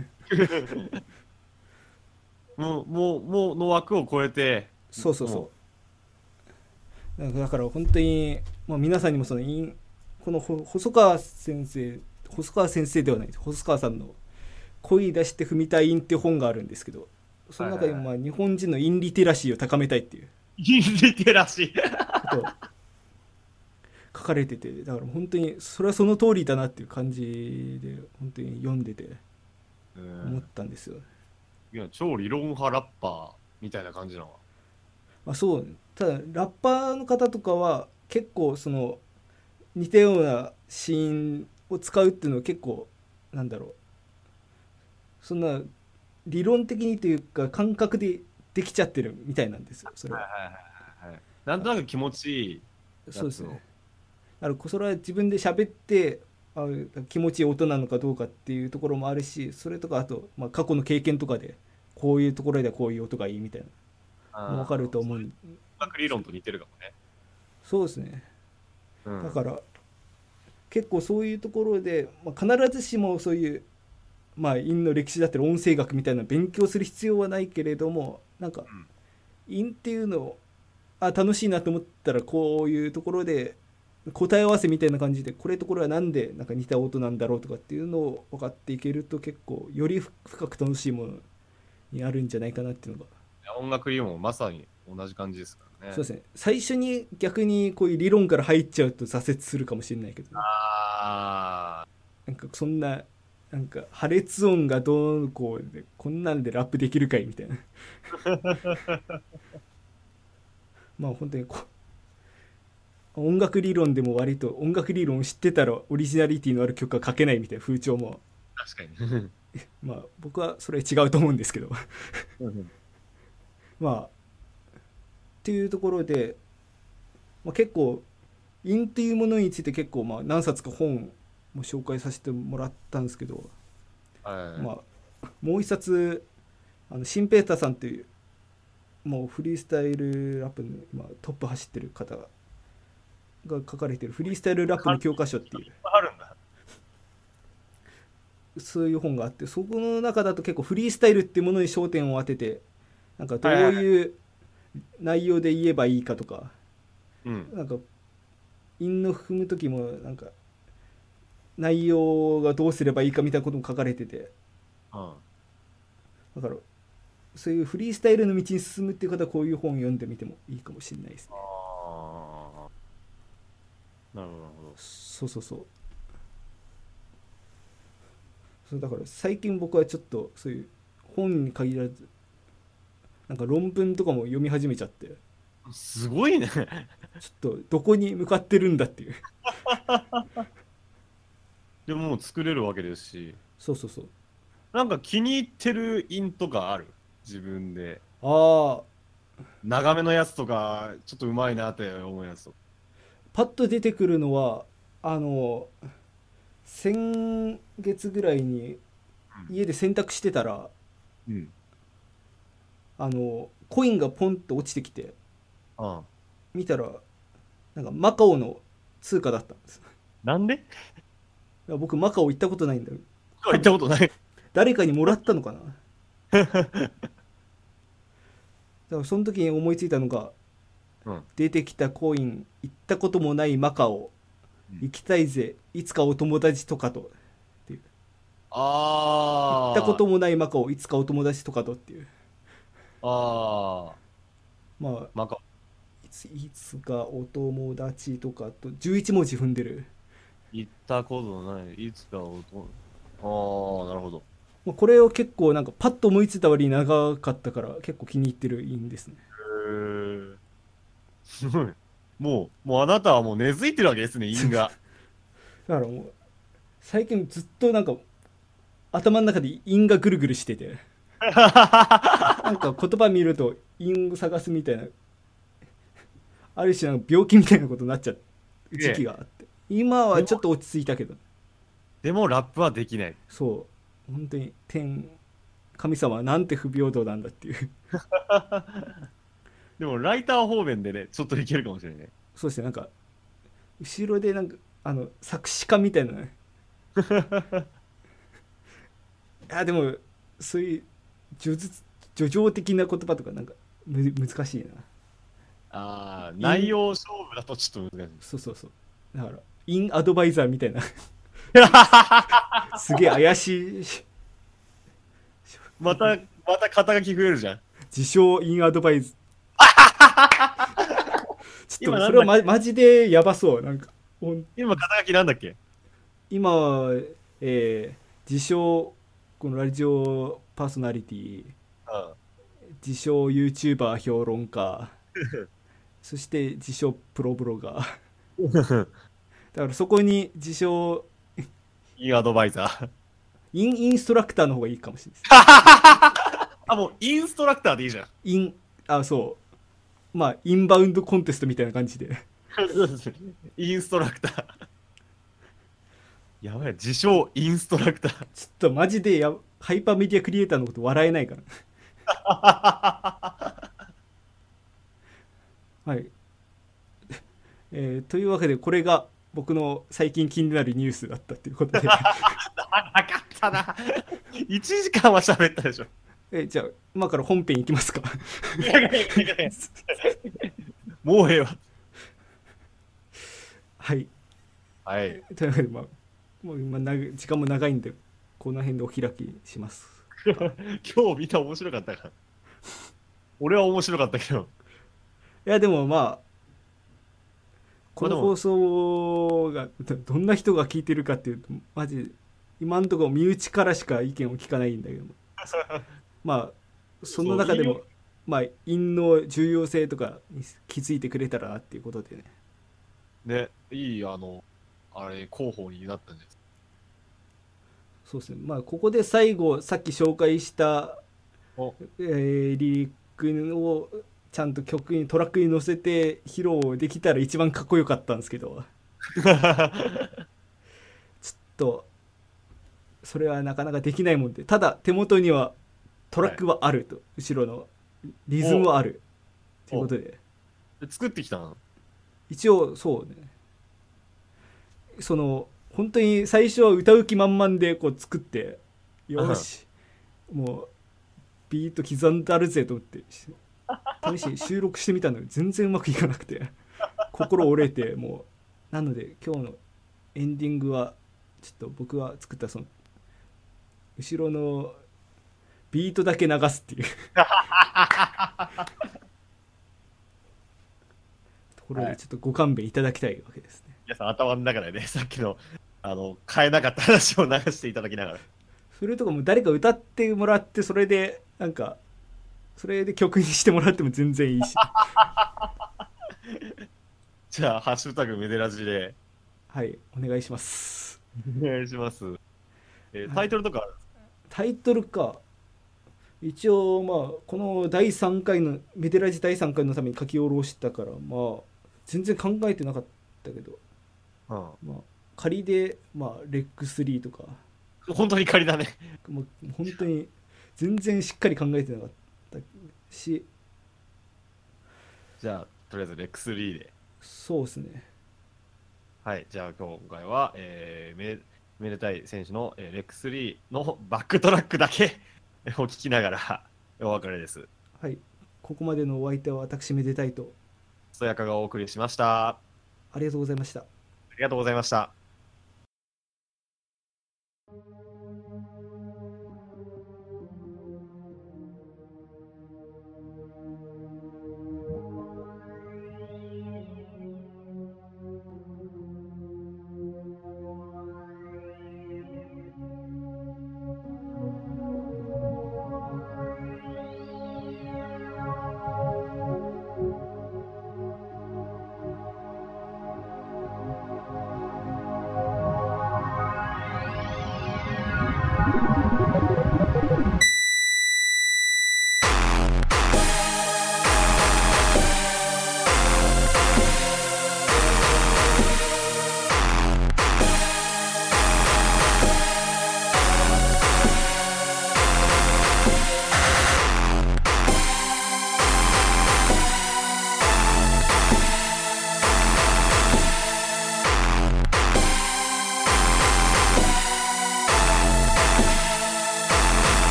Speaker 1: もうの枠を超えて、
Speaker 2: そうそう
Speaker 1: も
Speaker 2: そうだから本当に、まあ、皆さんにもそのこの細川先生、細川先生ではないです、細川さんの「恋出して踏みたい韻」っていう本があるんですけど、そ
Speaker 1: う、
Speaker 2: の
Speaker 1: はいはいはい。
Speaker 2: 中でもまあ日本人の韻リテラシーを高めたいっていう
Speaker 1: 陰リテラシー。
Speaker 2: ことを書かれてて、だから本当にそれはその通りだなっていう感じで本当に読んでて
Speaker 1: う
Speaker 2: 思っ
Speaker 1: ん。
Speaker 2: たんですよ。
Speaker 1: いや、超理論派ラッパーみたいな感じなの。
Speaker 2: まあ、そうただラッパーの方とかは結構その似たようなシーンを使うっていうのは結構なんだろう、そんな理論的にというか感覚でできちゃってるみたいなんですよ、それは。
Speaker 1: はいはいはいはい。なんとなく気持ちいいや
Speaker 2: そうですね。
Speaker 1: つを。
Speaker 2: それは自分で喋って気持ちいい音なのかどうかっていうところもあるし、それとかあと、まあ、過去の経験とかでこういうところではこういう音がいいみたいなのも分かる
Speaker 1: ああ、そういう
Speaker 2: と思うん
Speaker 1: 音楽
Speaker 2: ですけど、
Speaker 1: 理論と似てるかもね。
Speaker 2: そうですね。
Speaker 1: うん。
Speaker 2: だから結構そういうところで、まあ、必ずしもそういう、まあ、韻の歴史だったり音声学みたいなの勉強する必要はないけれども、なんか
Speaker 1: うん。
Speaker 2: 韻っていうのを楽しいなと思ったらこういうところで答え合わせみたいな感じで、これとこれはなんでなんか似た音なんだろうとかっていうのを分かっていけると結構より深く楽しいものにあるんじゃないかなっていうのが。
Speaker 1: 音楽理論もまさに同じ感じですからね。
Speaker 2: そうですね、最初に逆にこういう理論から入っちゃうと挫折するかもしれないけどね。
Speaker 1: あ
Speaker 2: なんかそんな、なんか破裂音がどうこうでこんなんでラップできるかいみたいな。まあ本当に音楽理論でも割と音楽理論を知ってたらオリジナリティのある曲は書けないみたいな風潮も、
Speaker 1: あ、確かに。
Speaker 2: まあ僕はそれ違うと思うんですけど
Speaker 1: うん。
Speaker 2: まあっていうところで、まあ、結構韻っていうものについて結構まあ何冊か本も紹介させてもらったんですけど、
Speaker 1: はい。
Speaker 2: まあもう一冊シンペーターさんっていうもうフリースタイルラップの今トップ走ってる方が書かれてるフリースタイルラップの教科書っていう、
Speaker 1: あるんだ。
Speaker 2: そういう本があって、そこの中だと結構フリースタイルっていうものに焦点を当てて、なんかど
Speaker 1: はいはいはい。
Speaker 2: ういう内容で言えばいいかとか、
Speaker 1: うん。
Speaker 2: なんか韻の踏む時もなんか内容がどうすればいいかみたいなことも書かれてて、
Speaker 1: うん。
Speaker 2: だからそういうフリースタイルの道に進むっていう方はこういう本を読んでみてもいいかもしれないですね。
Speaker 1: ああ、なるほど、なるほど。
Speaker 2: そうそうそう。そうだから最近僕はちょっとそういう本に限らずなんか論文とかも読み始めちゃって、
Speaker 1: すごいね。
Speaker 2: ちょっとどこに向かってるんだっていう。
Speaker 1: でももう作れるわけですし、
Speaker 2: そうそうそう。
Speaker 1: なんか気に入ってる印とかある自分で。
Speaker 2: ああ、
Speaker 1: 長めのやつとか、ちょっとうまいなって思うやつとか。
Speaker 2: パッと出てくるのはあの先月ぐらいに家で洗濯してたら
Speaker 1: うん。うん。
Speaker 2: コインがポンと落ちてきて、
Speaker 1: ああ、
Speaker 2: 見たらなんかマカオの通貨だったんです。
Speaker 1: なんで
Speaker 2: 僕マカオ行ったことないんだ。
Speaker 1: 行ったことない。
Speaker 2: 誰かにもらったのかな。だからその時に思いついたのが、
Speaker 1: うん。
Speaker 2: 出てきたコイン、行ったこともないマカオ
Speaker 1: うん。
Speaker 2: 行きたいぜいつかお友達とかとっていう、行ったこ
Speaker 1: あ
Speaker 2: ともないマカオいつかお友達とかとっていう、
Speaker 1: あ、ああ、
Speaker 2: まあ
Speaker 1: まか、
Speaker 2: いつかお友達とかと11文字踏んでる、
Speaker 1: 行ったことない。いつかおと、ああ、なるほど。
Speaker 2: まあ、これを結構なんかパッと思いついた割に長かったから結構気に入ってるいいんですね。
Speaker 1: へえ、すごい。もうあなたはもう根付いてるわけですね、因が。
Speaker 2: だからもう最近ずっとなんか頭の中で韻がぐるぐるしてて、なんか言葉見ると韻を探すみたいな、ある種なんか病気みたいなことになっちゃう時期
Speaker 1: すげえ。
Speaker 2: があって、 今はちょっと落ち着いたけど。
Speaker 1: でもラップはできない。
Speaker 2: そう本当に神様はなんて不平等なんだっていう。
Speaker 1: でもライター方面でね、ちょっといけるかもしれないね。
Speaker 2: そうですね、なんか後ろでなんか作詞家みたいなね。いやでもそういう叙情的な言葉とかなんか難しいな。
Speaker 1: ああ、
Speaker 2: イン
Speaker 1: 内容勝負だとちょっと難しい。
Speaker 2: そうそうそう、だからインアドバイザーみたいなすげえ怪しい
Speaker 1: また肩書き増えるじゃん。
Speaker 2: 自称インアドバイズ。ちょっとそれは、
Speaker 1: 今なんだっけ、
Speaker 2: マジでやばそう。なんか
Speaker 1: 今肩書きなんだっけ？
Speaker 2: 今は、自称このラジオパーソナリティ、
Speaker 1: う
Speaker 2: 自称 YouTuber 評論家、そして自称プロブロガー。
Speaker 1: ん。
Speaker 2: だからそこに自称
Speaker 1: いいアドバイザー。
Speaker 2: インストラクターの方がいいかもしれないです。
Speaker 1: あ、もうインストラクターでいいじゃん。
Speaker 2: そうまあインバウンドコンテストみたいな感じで。
Speaker 1: インストラクター。やばい、自称インストラクター。
Speaker 2: ちょっとマジでハイパーメディアクリエイターのこと笑えないから。はい、というわけでこれが僕の最近気になるニュースだったということで
Speaker 1: 長かったな。1時間は喋ったでしょ。
Speaker 2: じゃあ今から本編いきますか。
Speaker 1: いやいやいやいやもうええわ。
Speaker 2: はい、
Speaker 1: はい。
Speaker 2: というわけで、もう今時間も長いんでこの辺でお開きします。
Speaker 1: 今日見た面白かったから。俺は面白かったけど。
Speaker 2: いやでもこの
Speaker 1: でも
Speaker 2: 放送がどんな人が聞いてるかっていうとマジで今んところ身内からしか意見を聞かないんだけども、その中でも陰の重要性とかに気づいてくれたらなっていうことでね。
Speaker 1: ね、いい、あれ、候補になったんです。
Speaker 2: そうですね、ここで最後さっき紹介した、
Speaker 1: お、
Speaker 2: リリックをちゃんとトラックに乗せて披露できたら一番かっこよかったんですけど、ちょっとそれはなかなかできないもんで、ただ手元にはトラックはあると、後ろのリズムはあるということで、
Speaker 1: 作ってきたの？
Speaker 2: 一応そうね、本当に最初は歌う気満々でこう作って、よしもうビート刻んであるぜと思って試しに収録してみたのに全然うまくいかなくて心折れて、もうなので今日のエンディングはちょっと僕が作ったその後ろのビートだけ流すっていうところでちょっとご勘弁いただきたいわけですね。
Speaker 1: 皆さん頭の中でね、さっきの、変えなかった話を流していただきながら。
Speaker 2: それとかも誰か歌ってもらってそれで曲にしてもらっても全然いいし
Speaker 1: じゃあ、ハッシュタグメデラジで。
Speaker 2: はいお願いします。
Speaker 1: お願いします。タイトルとかある？
Speaker 2: タイトルか、一応この第3回のメデラジ第3回のために書き下ろしたから全然考えてなかったけど、仮でレック3とか、
Speaker 1: 本当に仮だね。
Speaker 2: 本当に全然しっかり考えてなかったし、
Speaker 1: じゃあ、とりあえずレック3で。
Speaker 2: そうですね。
Speaker 1: はい、じゃあ今回は、めでたい選手の、レック3のバックトラックだけを聞きながらお別れです。
Speaker 2: はい、ここまでのお相手は私めでたいと、
Speaker 1: そやかがお送りしました。
Speaker 2: ありがとうございました。
Speaker 1: ありがとうございました。